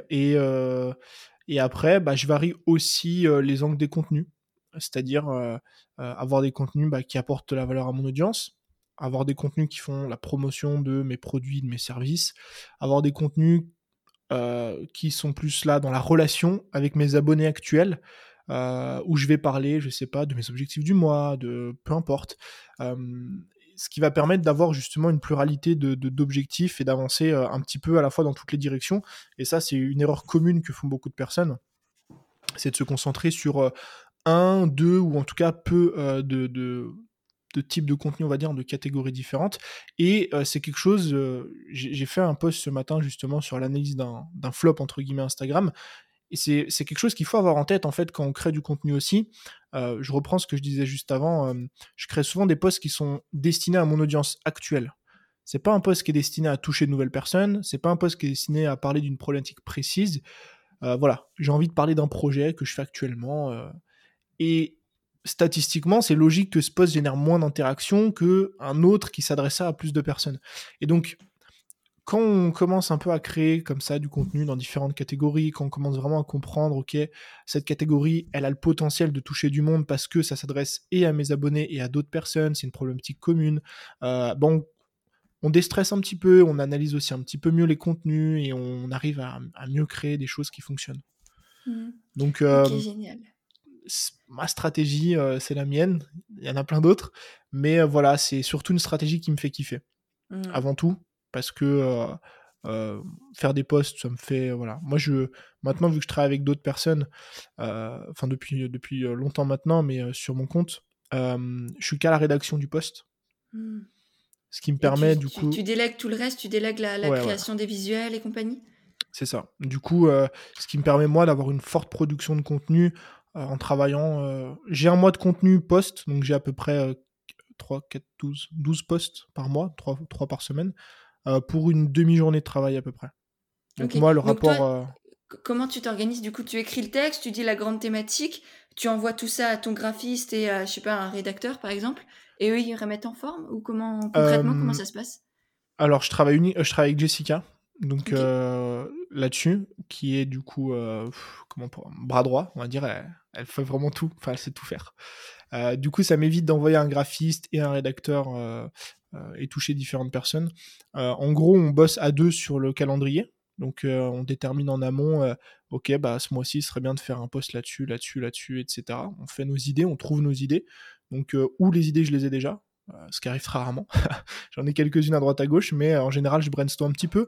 Et après, je varie aussi les angles des contenus, c'est-à-dire avoir des contenus qui apportent de la valeur à mon audience, avoir des contenus qui font la promotion de mes produits, de mes services, avoir des contenus qui sont plus là dans la relation avec mes abonnés actuels, où je vais parler, je sais pas, de mes objectifs du mois, de peu importe. Euh, Ce qui va permettre d'avoir justement une pluralité d'objectifs et d'avancer un petit peu à la fois dans toutes les directions. Et ça, c'est une erreur commune que font beaucoup de personnes, c'est de se concentrer sur un, deux ou en tout cas peu de types de contenu, on va dire, de catégories différentes. Et c'est quelque chose, j'ai fait un post ce matin justement sur l'analyse d'un flop, entre guillemets, Instagram. Et c'est quelque chose qu'il faut avoir en tête, en fait, quand on crée du contenu aussi. Je reprends ce que je disais juste avant. Je crée souvent des posts qui sont destinés à mon audience actuelle. C'est pas un post qui est destiné à toucher de nouvelles personnes. C'est pas un post qui est destiné à parler d'une problématique précise. Voilà, j'ai envie de parler d'un projet que je fais actuellement. Et statistiquement, c'est logique que ce post génère moins d'interactions qu'un autre qui s'adressait à plus de personnes. Et donc, quand on commence un peu à créer comme ça du contenu dans différentes catégories, quand on commence vraiment à comprendre, ok, cette catégorie, elle a le potentiel de toucher du monde parce que ça s'adresse et à mes abonnés et à d'autres personnes, c'est une problématique commune. Bon, on déstresse un petit peu, on analyse aussi un petit peu mieux les contenus et on arrive à mieux créer des choses qui fonctionnent. Donc, Ok, génial. ma stratégie, c'est la mienne. Il y en a plein d'autres, mais voilà, c'est surtout une stratégie qui me fait kiffer. Avant tout, parce que faire des posts, ça me fait voilà. Moi, maintenant, vu que je travaille avec d'autres personnes, enfin depuis longtemps maintenant, mais sur mon compte, je suis qu'à la rédaction du post, ce qui me Et permet du coup, tu délègues tout le reste, tu délègues la ouais, ouais, création des visuels et compagnie? c'est ça. Du coup, ce qui me permet moi d'avoir une forte production de contenu en travaillant. J'ai un mois de contenu post, donc j'ai à peu près 3, 4, 12 posts par mois, 3 par semaine, pour une demi-journée de travail à peu près. Donc Ok. moi, le Donc toi, rapport... comment tu t'organises? Du coup, tu écris le texte, tu dis la grande thématique, tu envoies tout ça à ton graphiste et à, je sais pas, un rédacteur, par exemple, et eux, ils remettent en forme? Ou concrètement, comment euh, ça se passe? alors, je travaille avec Jessica, donc Ok. là-dessus, qui est du coup, bras droit, on va dire. Elle fait vraiment tout, enfin, elle sait tout faire. Du coup, ça m'évite d'envoyer un graphiste et un rédacteur et toucher différentes personnes. En gros, on bosse à deux sur le calendrier. Donc, on détermine en amont, ok, bah, ce mois-ci, ce serait bien de faire un post là-dessus, là-dessus, là-dessus, etc. On fait nos idées, on trouve nos idées. Donc, ou les idées, je les ai déjà, ce qui arrive très rarement. J'en ai quelques-unes à droite à gauche, mais en général, je brainstorm un petit peu.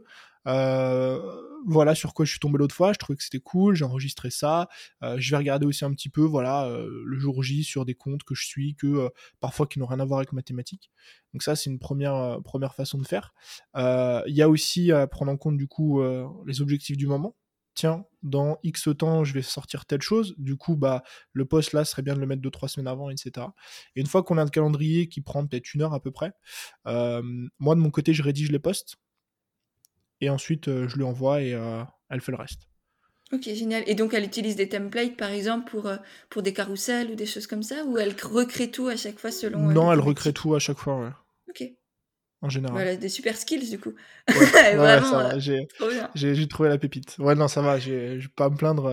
Voilà sur quoi je suis tombé l'autre fois. Je trouvais que c'était cool, j'ai enregistré ça. Je vais regarder aussi un petit peu, voilà, le jour J sur des comptes que je suis, parfois qui n'ont rien à voir avec mathématiques. Donc ça, c'est une première façon de faire. Il y a aussi à prendre en compte du coup les objectifs du moment. Tiens, dans X temps, je vais sortir telle chose. Du coup, bah, le post là serait bien de le mettre 2-3 semaines avant, etc. Et une fois qu'on a un calendrier qui prend peut-être 1 heure à peu près, moi de mon côté, je rédige les posts et ensuite je lui envoie et elle fait le reste. Ok, génial. Et donc, elle utilise des templates, par exemple, pour des carousels ou des choses comme ça, ou elle recrée tout à chaque fois selon les Non, elle recrée thématiques? tout à chaque fois, ouais, Ok. en général. Voilà, des super skills, du coup. Ouais, ouais, ça Vraiment, va. trop bien. J'ai trouvé la pépite. Ouais, non, ça va. Je vais pas me plaindre.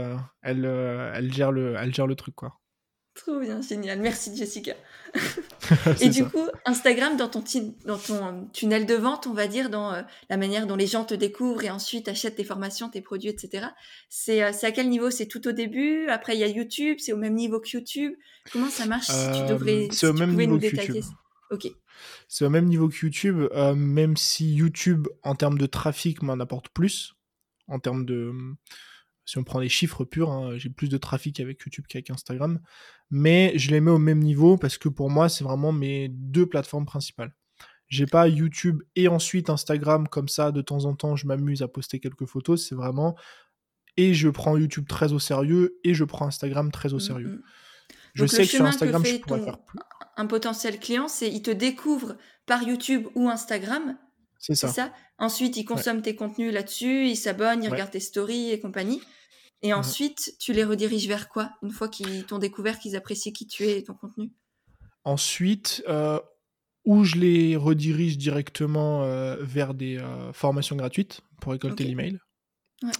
Elle gère le truc, quoi. Trop bien, génial. Merci, Jessica. Et C'est du ça. coup, Instagram, dans ton tunnel de vente, on va dire, dans la manière dont les gens te découvrent et ensuite achètent tes formations, tes produits, etc. C'est à quel niveau? C'est tout au début? Après, il y a YouTube? C'est au même niveau que YouTube? Comment ça marche C'est au si tu même pouvais nous niveau que YouTube. détailler? Ok. C'est au même niveau que YouTube, même si YouTube, en termes de trafic, m'en apporte plus. En termes de. Si on prend les chiffres purs, hein, j'ai plus de trafic avec YouTube qu'avec Instagram. Mais je les mets au même niveau parce que pour moi, c'est vraiment mes deux plateformes principales. J'ai pas YouTube et ensuite Instagram comme ça, de temps en temps, je m'amuse à poster quelques photos. C'est vraiment. Et je prends YouTube très au sérieux et je prends Instagram très au Mm, sérieux. mm. Je Donc le sais que sur chemin que Instagram, je fait pourrais faire plus. un potentiel client, c'est il te découvre par YouTube ou Instagram, C'est c'est ça. ça? Ensuite, il Ouais. consomme tes contenus là-dessus, il s'abonne, il Ouais. regarde tes stories et compagnie. Et Mhm. ensuite, tu les rediriges vers quoi? Une fois qu'ils t'ont découvert, qu'ils apprécient qui tu es et ton contenu? Ensuite, où je les redirige directement vers des formations gratuites pour récolter Ok. l'email, Ouais.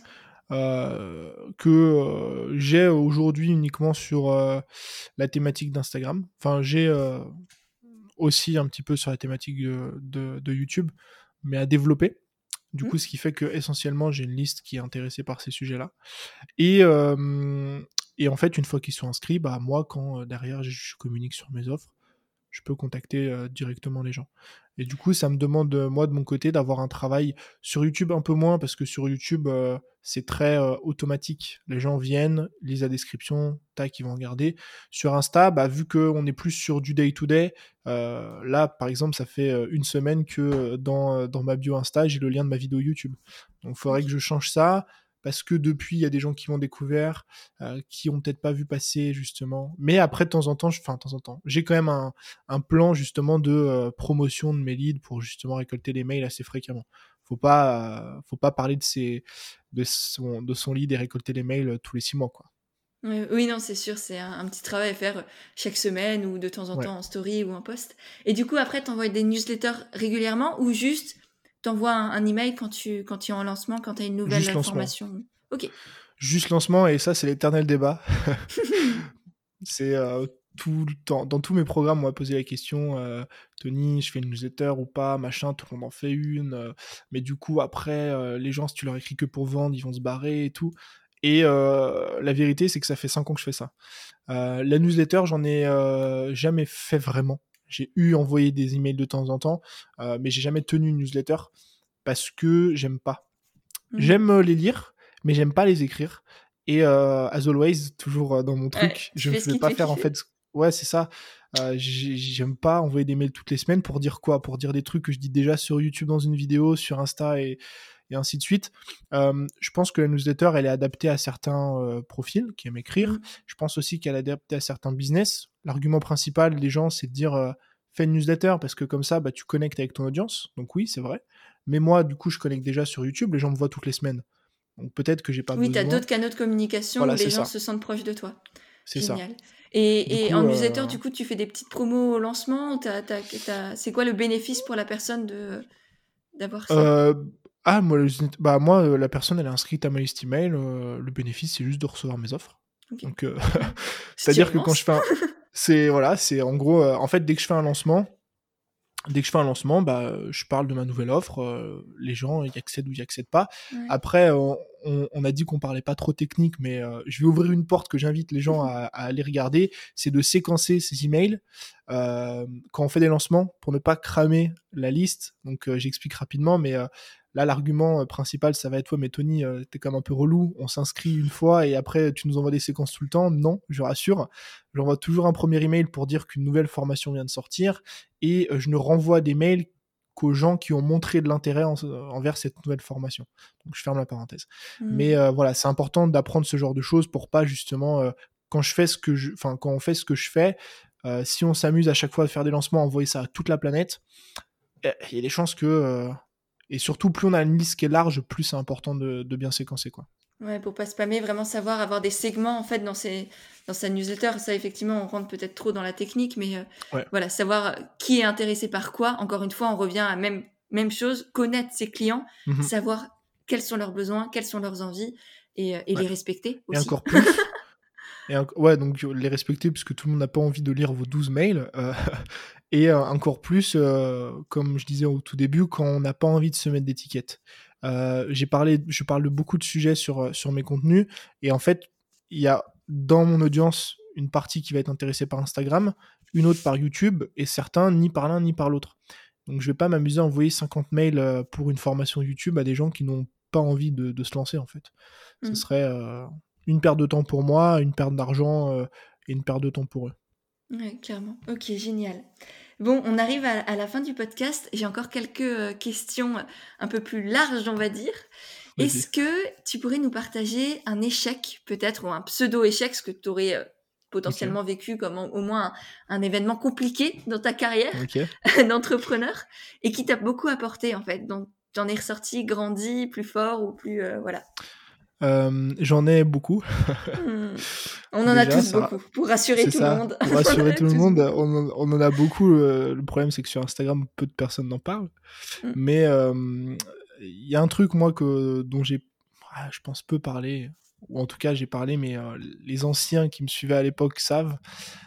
que j'ai aujourd'hui uniquement sur la thématique d'Instagram. Enfin, j'ai aussi un petit peu sur la thématique de YouTube, mais à développer. Du coup, Hmm. ce qui fait que essentiellement, j'ai une liste qui est intéressée par ces sujets-là. Et en fait, une fois qu'ils sont inscrits, bah moi, quand derrière je communique sur mes offres, je peux contacter directement les gens. Et du coup, ça me demande, moi, de mon côté, d'avoir un travail sur YouTube un peu moins, parce que sur YouTube, c'est très automatique. Les gens viennent, lisent la description, tac, ils vont regarder. Sur Insta, bah, vu qu'on est plus sur du day-to-day, là, par exemple, ça fait 1 semaine que dans ma bio Insta, j'ai le lien de ma vidéo YouTube. Donc, il faudrait Ok. que je change ça, parce que depuis, il y a des gens qui m'ont découvert, qui ont peut-être pas vu passer, justement. Mais après, de temps en temps, j'ai quand même un plan justement de promotion de mes leads pour justement récolter les mails assez fréquemment. Faut pas parler de son lead et récolter les mails tous les 6 mois, quoi. Oui, non, c'est sûr, c'est un petit travail à faire chaque semaine ou de temps en Ouais. temps en story ou en post. Et du coup, après, t'envoies des newsletters régulièrement ou juste t'envoies un email quand tu es en lancement, quand tu as une nouvelle Juste lancement. formation. Ok. Juste lancement, et ça, c'est l'éternel débat. C'est tout le temps. Dans tous mes programmes, on m'a posé la question, Tony, je fais une newsletter ou pas, machin, tout le monde en fait une. Mais du coup, après, les gens, si tu leur écris que pour vendre, ils vont se barrer et tout. Et la vérité, c'est que ça fait 5 ans que je fais ça. La newsletter, j'en ai jamais fait vraiment. J'ai envoyé des emails de temps en temps, mais j'ai jamais tenu une newsletter parce que j'aime pas. J'aime les lire, mais j'aime pas les écrire. Et as always, toujours dans mon truc, je ne vais pas faire en fait. Ouais, c'est ça. J'aime pas envoyer des mails toutes les semaines pour dire quoi? Pour dire des trucs que je dis déjà sur YouTube dans une vidéo, sur Insta et ainsi de suite. Je pense que la newsletter, elle est adaptée à certains profils qui aiment écrire. Je pense aussi qu'elle est adaptée à certains business. L'argument principal des gens, c'est de dire fais une newsletter parce que comme ça, bah, tu connectes avec ton audience. Donc oui, c'est vrai. Mais moi, du coup, je connecte déjà sur YouTube. Les gens me voient toutes les semaines. Donc peut-être que j'ai pas besoin. Oui, tu as d'autres canaux de communication où les gens se sentent proches de toi. C'est génial. Ça. Et en newsletter, du coup, tu fais des petites promos au lancement. C'est quoi le bénéfice pour la personne d'avoir ça? Moi, la personne, elle est inscrite à ma liste email. Le bénéfice, c'est juste de recevoir mes offres. Okay. Donc, c'est-à-dire que quand je fais c'est en gros, en fait, dès que je fais un lancement, bah, je parle de ma nouvelle offre, les gens y accèdent ou y accèdent pas. Ouais. Après, on a dit qu'on parlait pas trop technique, mais je vais ouvrir une porte que j'invite les gens à aller regarder, c'est de séquencer ces emails quand on fait des lancements pour ne pas cramer la liste. Donc j'explique rapidement, mais là l'argument principal ça va être ouais mais Tony t'es quand même un peu relou, on s'inscrit une fois et après tu nous envoies des séquences tout le temps. Non, je rassure, j'envoie toujours un premier email pour dire qu'une nouvelle formation vient de sortir et je ne renvoie des mails qu'aux gens qui ont montré de l'intérêt envers cette nouvelle formation. Donc je ferme la parenthèse. Mais voilà, c'est important d'apprendre ce genre de choses pour pas justement quand on fait ce que je fais, si on s'amuse à chaque fois à faire des lancements, envoyer ça à toute la planète, il y a des chances que et surtout plus on a une liste qui est large, plus c'est important de bien séquencer quoi. Ouais, pour pas spammer, vraiment savoir avoir des segments en fait dans sa newsletter. Ça effectivement, on rentre peut-être trop dans la technique, mais voilà, savoir qui est intéressé par quoi. Encore une fois, on revient à même chose, connaître ses clients, savoir quels sont leurs besoins, quelles sont leurs envies et les respecter aussi. Et encore plus. Ouais, donc les respecter parce que tout le monde n'a pas envie de lire vos 12 mails. Et encore plus, comme je disais au tout début, quand on n'a pas envie de se mettre d'étiquette. Je parle de beaucoup de sujets sur mes contenus. Et en fait, il y a dans mon audience une partie qui va être intéressée par Instagram, une autre par YouTube, et certains ni par l'un ni par l'autre. Donc je vais pas m'amuser à envoyer 50 mails pour une formation YouTube à des gens qui n'ont pas envie de se lancer, en fait. Ce serait une perte de temps pour moi, une perte d'argent et une perte de temps pour eux. Ouais, clairement. Ok, génial. Bon, on arrive à la fin du podcast. J'ai encore quelques questions un peu plus larges, on va dire. Vas-y. Est-ce que tu pourrais nous partager un échec, peut-être, ou un pseudo-échec, ce que tu aurais potentiellement vécu comme au moins un événement compliqué dans ta carrière d'entrepreneur et qui t'a beaucoup apporté, en fait. Donc, t'en es ressorti, grandi, plus fort ou plus... voilà. J'en ai beaucoup. On en a tous beaucoup, pour rassurer tout le monde. Pour rassurer tout le monde, on en a beaucoup. Le problème, c'est que sur Instagram, peu de personnes n'en parlent. Mais il y a un truc, moi, dont j'ai, je pense, peu parlé, ou en tout cas, j'ai parlé, mais les anciens qui me suivaient à l'époque savent.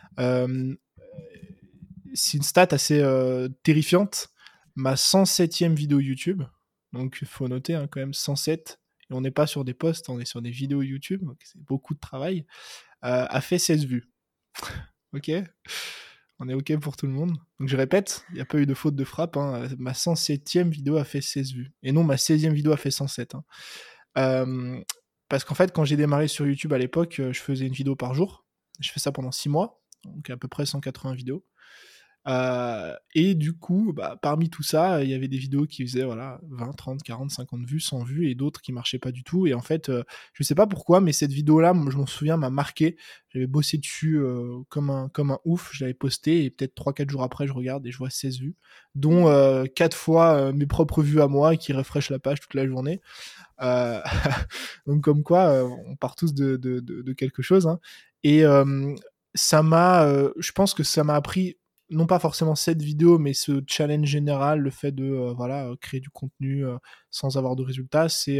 C'est une stat assez terrifiante. Ma 107e vidéo YouTube, donc il faut noter quand même 107, et on n'est pas sur des posts, on est sur des vidéos YouTube, donc c'est beaucoup de travail, a fait 16 vues. Ok, on est ok pour tout le monde. Donc je répète, il n'y a pas eu de faute de frappe, hein. Ma 107e vidéo a fait 16 vues, et non ma 16e vidéo a fait 107. Parce qu'en fait, quand j'ai démarré sur YouTube à l'époque, je faisais une vidéo par jour. Je fais ça pendant 6 mois, donc à peu près 180 vidéos. Et du coup, parmi tout ça, il y avait des vidéos qui faisaient 20, 30, 40, 50 vues, 100 vues, et d'autres qui marchaient pas du tout. Et en fait, je sais pas pourquoi, mais cette vidéo-là, moi, je m'en souviens, m'a marqué. J'avais bossé dessus comme un ouf. Je l'avais posté et peut-être 3-4 jours après, je regarde et je vois 16 vues, dont 4 fois mes propres vues à moi qui rafraîchent la page toute la journée. Donc comme quoi, on part tous de quelque chose. Hein. Et ça m'a, je pense que ça m'a appris non pas forcément cette vidéo, mais ce challenge général, le fait de créer du contenu sans avoir de résultats, c'est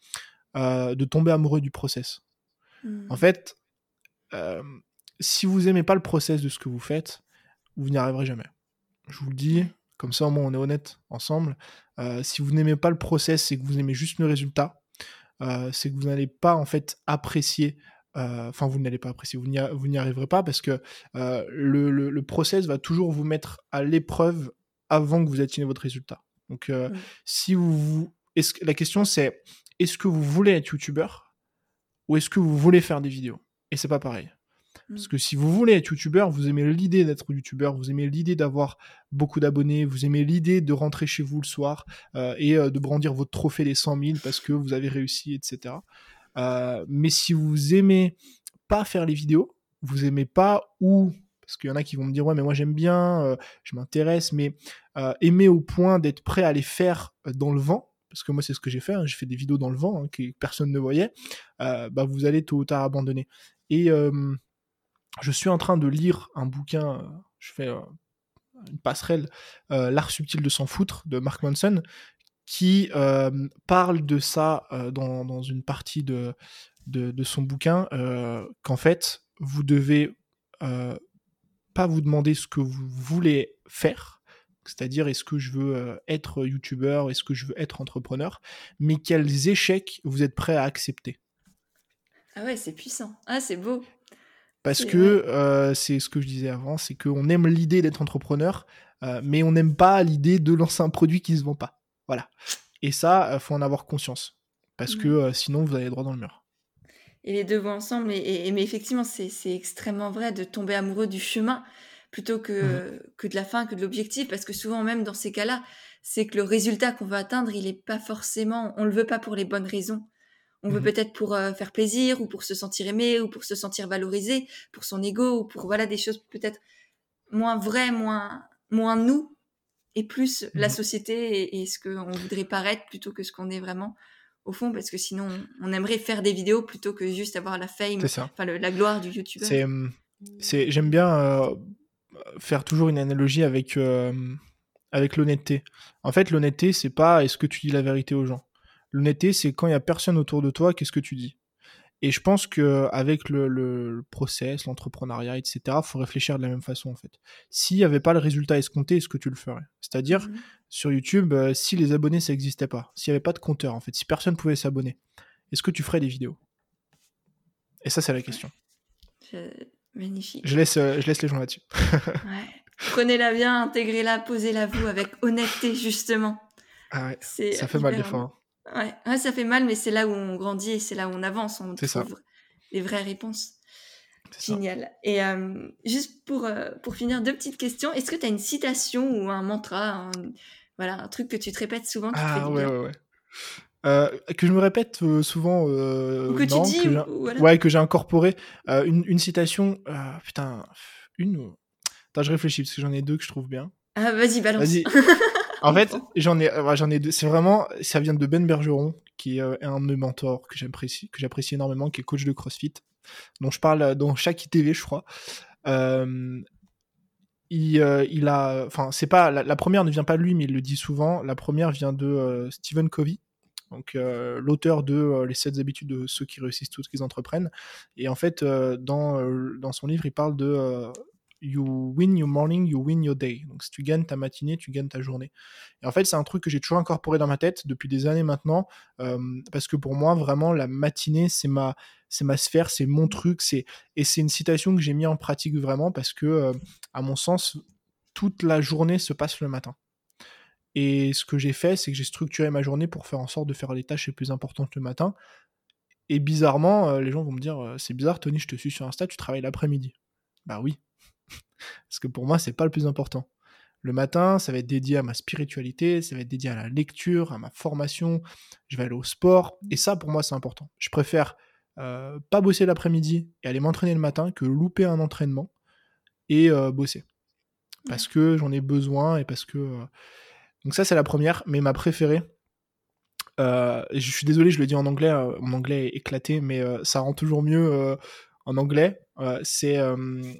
de tomber amoureux du process. En fait, si vous aimez pas le process de ce que vous faites, vous n'y arriverez jamais. Je vous le dis, comme ça au moins on est honnête ensemble. Si vous n'aimez pas le process et que vous aimez juste le résultat, c'est que vous n'allez pas en fait apprécier. Vous n'allez pas apprécier, vous n'y arriverez pas parce que le process va toujours vous mettre à l'épreuve avant que vous atteigniez votre résultat. Donc, si la question c'est, est-ce que vous voulez être youtubeur ou est-ce que vous voulez faire des vidéos ? Et c'est pas pareil. Parce que si vous voulez être youtubeur, vous aimez l'idée d'être youtubeur, vous aimez l'idée d'avoir beaucoup d'abonnés, vous aimez l'idée de rentrer chez vous le soir et de brandir votre trophée des 100 000 parce que vous avez réussi, etc. Mais si vous aimez pas faire les vidéos, vous aimez pas parce qu'il y en a qui vont me dire ouais mais moi j'aime bien, je m'intéresse, mais aimer au point d'être prêt à les faire dans le vent, parce que moi c'est ce que j'ai fait, j'ai fait des vidéos dans le vent que personne ne voyait, vous allez tôt ou tard abandonner. Et je suis en train de lire un bouquin, je fais une passerelle, L'art subtil de s'en foutre de Mark Manson, qui parle de ça dans une partie de son bouquin, qu'en fait, vous devez pas vous demander ce que vous voulez faire, c'est-à-dire est-ce que je veux être youtubeur, est-ce que je veux être entrepreneur, mais quels échecs vous êtes prêt à accepter. Ah ouais, c'est puissant. Ah, c'est beau. Parce que c'est ce que je disais avant, c'est qu'on aime l'idée d'être entrepreneur, mais on n'aime pas l'idée de lancer un produit qui ne se vend pas. Voilà. Et ça, faut en avoir conscience. Parce que sinon, vous allez droit dans le mur. Et les deux vont ensemble. Mais effectivement, c'est extrêmement vrai de tomber amoureux du chemin plutôt que de la fin, que de l'objectif. Parce que souvent, même dans ces cas-là, c'est que le résultat qu'on veut atteindre, il n'est pas forcément... On ne le veut pas pour les bonnes raisons. On veut peut-être pour faire plaisir, ou pour se sentir aimé, ou pour se sentir valorisé, pour son ego, ou pour des choses peut-être moins vraies, moins nous, et plus la société et ce qu'on voudrait paraître plutôt que ce qu'on est vraiment au fond, parce que sinon on aimerait faire des vidéos plutôt que juste avoir la fame, la gloire du youtubeur. J'aime bien faire toujours une analogie avec l'honnêteté. En fait, l'honnêteté, c'est pas est-ce que tu dis la vérité aux gens. L'honnêteté, c'est quand il y a personne autour de toi, qu'est-ce que tu dis. Et je pense qu'avec le process, l'entrepreneuriat, etc., il faut réfléchir de la même façon, en fait. S'il n'y avait pas le résultat escompté, est-ce que tu le ferais ? C'est-à-dire, sur YouTube, si les abonnés, ça n'existait pas, s'il n'y avait pas de compteur, en fait, si personne ne pouvait s'abonner, est-ce que tu ferais des vidéos ? Et ça, c'est la question. Magnifique. Je laisse les gens là-dessus. Ouais. Prenez-la bien, intégrez-la, posez-la vous avec honnêteté, justement. Ah ouais, ça fait mal des fois. Ouais, ça fait mal, mais c'est là où on grandit et c'est là où on avance, on trouve les vraies réponses. Génial. Et juste pour finir, 2 petites questions. Est-ce que tu as une citation ou un mantra, un truc que tu te répètes souvent qui te fait du bien ? Ouais. Que je me répète souvent, ou que non, tu dis, que j'ai incorporé. Une citation, Attends, je réfléchis parce que j'en ai 2 que je trouve bien. Ah, vas-y, balance. Vas-y. En fait, j'en ai 2. C'est vraiment, ça vient de Ben Bergeron, qui est un de mes mentors que j'apprécie énormément, qui est coach de CrossFit, dont je parle dans chaque ITV, je crois. Il a, c'est pas la première ne vient pas de lui, mais il le dit souvent. La première vient de Stephen Covey, donc l'auteur de Les 7 habitudes de ceux qui réussissent tout ce qu'ils entreprennent. Et en fait, dans son livre, il parle de you win your morning, you win your day. Donc si tu gagnes ta matinée, tu gagnes ta journée. Et en fait, c'est un truc que j'ai toujours incorporé dans ma tête depuis des années maintenant, parce que pour moi, vraiment, la matinée, c'est ma sphère, c'est mon truc, et c'est une citation que j'ai mis en pratique vraiment parce que, à mon sens, toute la journée se passe le matin. Et ce que j'ai fait, c'est que j'ai structuré ma journée pour faire en sorte de faire les tâches les plus importantes le matin. Et bizarrement, les gens vont me dire, c'est bizarre, Tony, je te suis sur Insta, tu travailles l'après-midi. Bah oui. Parce que pour moi, c'est pas le plus important. Le matin, ça va être dédié à ma spiritualité, ça va être dédié à la lecture, à ma formation, je vais aller au sport, et ça, pour moi, c'est important. Je préfère pas bosser l'après-midi et aller m'entraîner le matin que louper un entraînement et bosser. Parce que j'en ai besoin et parce que... Donc ça, c'est la première, mais ma préférée, je suis désolé, je le dis en anglais, mon anglais est éclaté, mais ça rend toujours mieux en anglais, c'est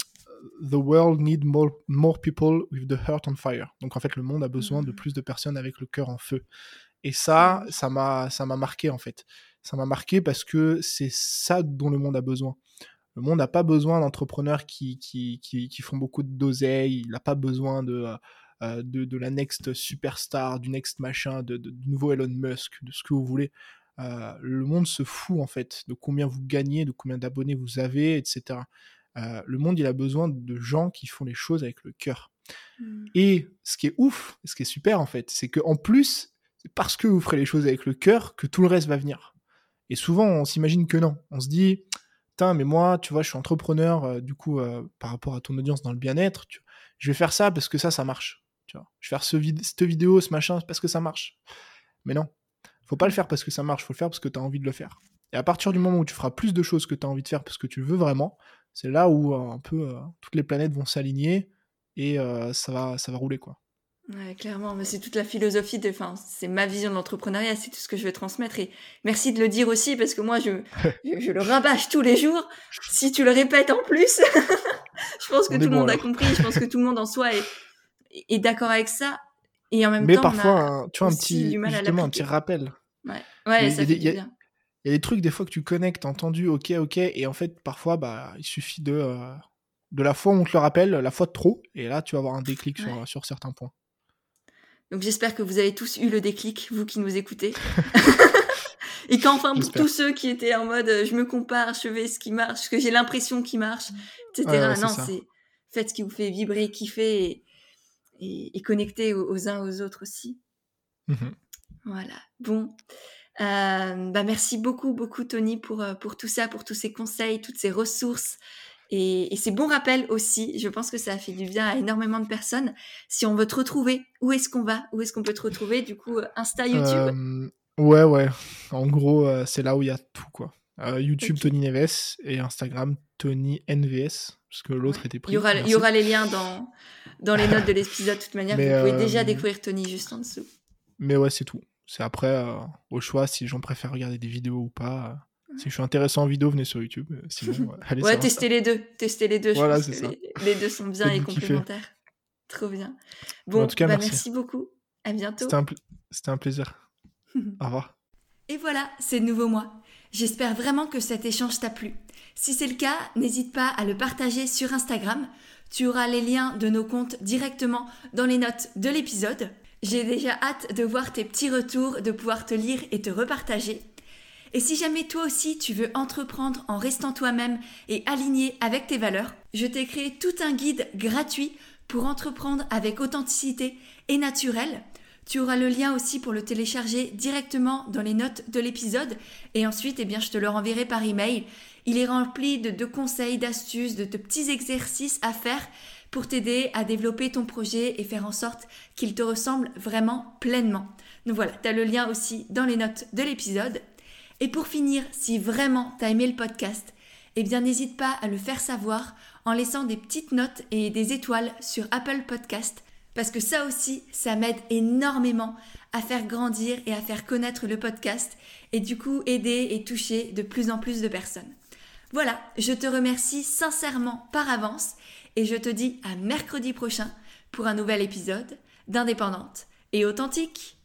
The world need more people with the heart on fire. Donc en fait, le monde a besoin de plus de personnes avec le cœur en feu. Et ça m'a marqué en fait. Ça m'a marqué parce que c'est ça dont le monde a besoin. Le monde n'a pas besoin d'entrepreneurs qui font beaucoup d'oseille. Il n'a pas besoin de la next superstar, du next machin, du nouveau Elon Musk, de ce que vous voulez. Le monde se fout en fait de combien vous gagnez, de combien d'abonnés vous avez, etc. Le monde, il a besoin de gens qui font les choses avec le cœur. Et ce qui est ouf, ce qui est super en fait, c'est qu'en plus, c'est parce que vous ferez les choses avec le cœur que tout le reste va venir. Et souvent, on s'imagine que non. On se dit, putain, mais moi, tu vois, je suis entrepreneur, du coup, par rapport à ton audience dans le bien-être, je vais faire ça parce que ça marche. Tu vois. Je vais faire cette vidéo, ce machin, parce que ça marche. Mais non, faut pas le faire parce que ça marche, faut le faire parce que tu as envie de le faire. Et à partir du moment où tu feras plus de choses que tu as envie de faire parce que tu le veux vraiment, c'est là où un peu toutes les planètes vont s'aligner et ça va rouler, quoi. Ouais, clairement, mais c'est toute la philosophie c'est ma vision de l'entrepreneuriat, c'est tout ce que je vais transmettre. Et merci de le dire aussi, parce que moi, je le rabâche tous les jours. Si tu le répètes en plus, je pense que tout le monde a compris. Je pense que tout le monde en soi est d'accord avec ça. Et en même temps, parfois, tu vois, un petit rappel. Ouais, ça fait du bien. Il y a des trucs, des fois, que tu connectes, entendu, ok, et en fait, parfois, il suffit de la fois où on te le rappelle, la fois de trop, et là, tu vas avoir un déclic sur certains points. Donc j'espère que vous avez tous eu le déclic, vous qui nous écoutez. Et qu'enfin, pour tous ceux qui étaient en mode je me compare, je fais ce qui marche, ce que j'ai l'impression qui marche, etc. Non, c'est faites ce qui vous fait vibrer, kiffer et connecter aux uns aux autres aussi. Voilà. Bon. Merci beaucoup Tony pour tout ça, pour tous ces conseils, toutes ces ressources. Et ces bons rappels aussi, je pense que ça a fait du bien à énormément de personnes. Si on veut te retrouver, où est-ce qu'on va ? Où est-ce qu'on peut te retrouver ? Du coup, Insta, YouTube ? Ouais. En gros, c'est là où il y a tout, quoi. YouTube, Tony Neves, et Instagram, Tony NVS, parce que l'autre était pris. Il y aura les liens dans les notes de l'épisode, de toute manière. Vous pouvez déjà découvrir Tony juste en dessous. Mais ouais, c'est tout. C'est après, au choix, si les gens préfèrent regarder des vidéos ou pas. Si je suis intéressant en vidéo, venez sur YouTube. Sinon, allez sur testez les deux. Voilà, je pense que les deux sont bien et complémentaires. Trop bien. Bon, en tout cas, merci beaucoup. À bientôt. C'était un plaisir. Au revoir. Et voilà, c'est de nouveau moi. J'espère vraiment que cet échange t'a plu. Si c'est le cas, n'hésite pas à le partager sur Instagram. Tu auras les liens de nos comptes directement dans les notes de l'épisode. J'ai déjà hâte de voir tes petits retours, de pouvoir te lire et te repartager. Et si jamais toi aussi tu veux entreprendre en restant toi-même et aligné avec tes valeurs, je t'ai créé tout un guide gratuit pour entreprendre avec authenticité et naturel. Tu auras le lien aussi pour le télécharger directement dans les notes de l'épisode et ensuite je te le renverrai par email. Il est rempli de conseils, d'astuces, de petits exercices à faire pour t'aider à développer ton projet et faire en sorte qu'il te ressemble vraiment pleinement. Donc voilà, tu as le lien aussi dans les notes de l'épisode. Et pour finir, si vraiment tu as aimé le podcast, n'hésite pas à le faire savoir en laissant des petites notes et des étoiles sur Apple Podcast, parce que ça aussi, ça m'aide énormément à faire grandir et à faire connaître le podcast et du coup aider et toucher de plus en plus de personnes. Voilà, je te remercie sincèrement par avance et je te dis à mercredi prochain pour un nouvel épisode d'Indépendante et Authentique.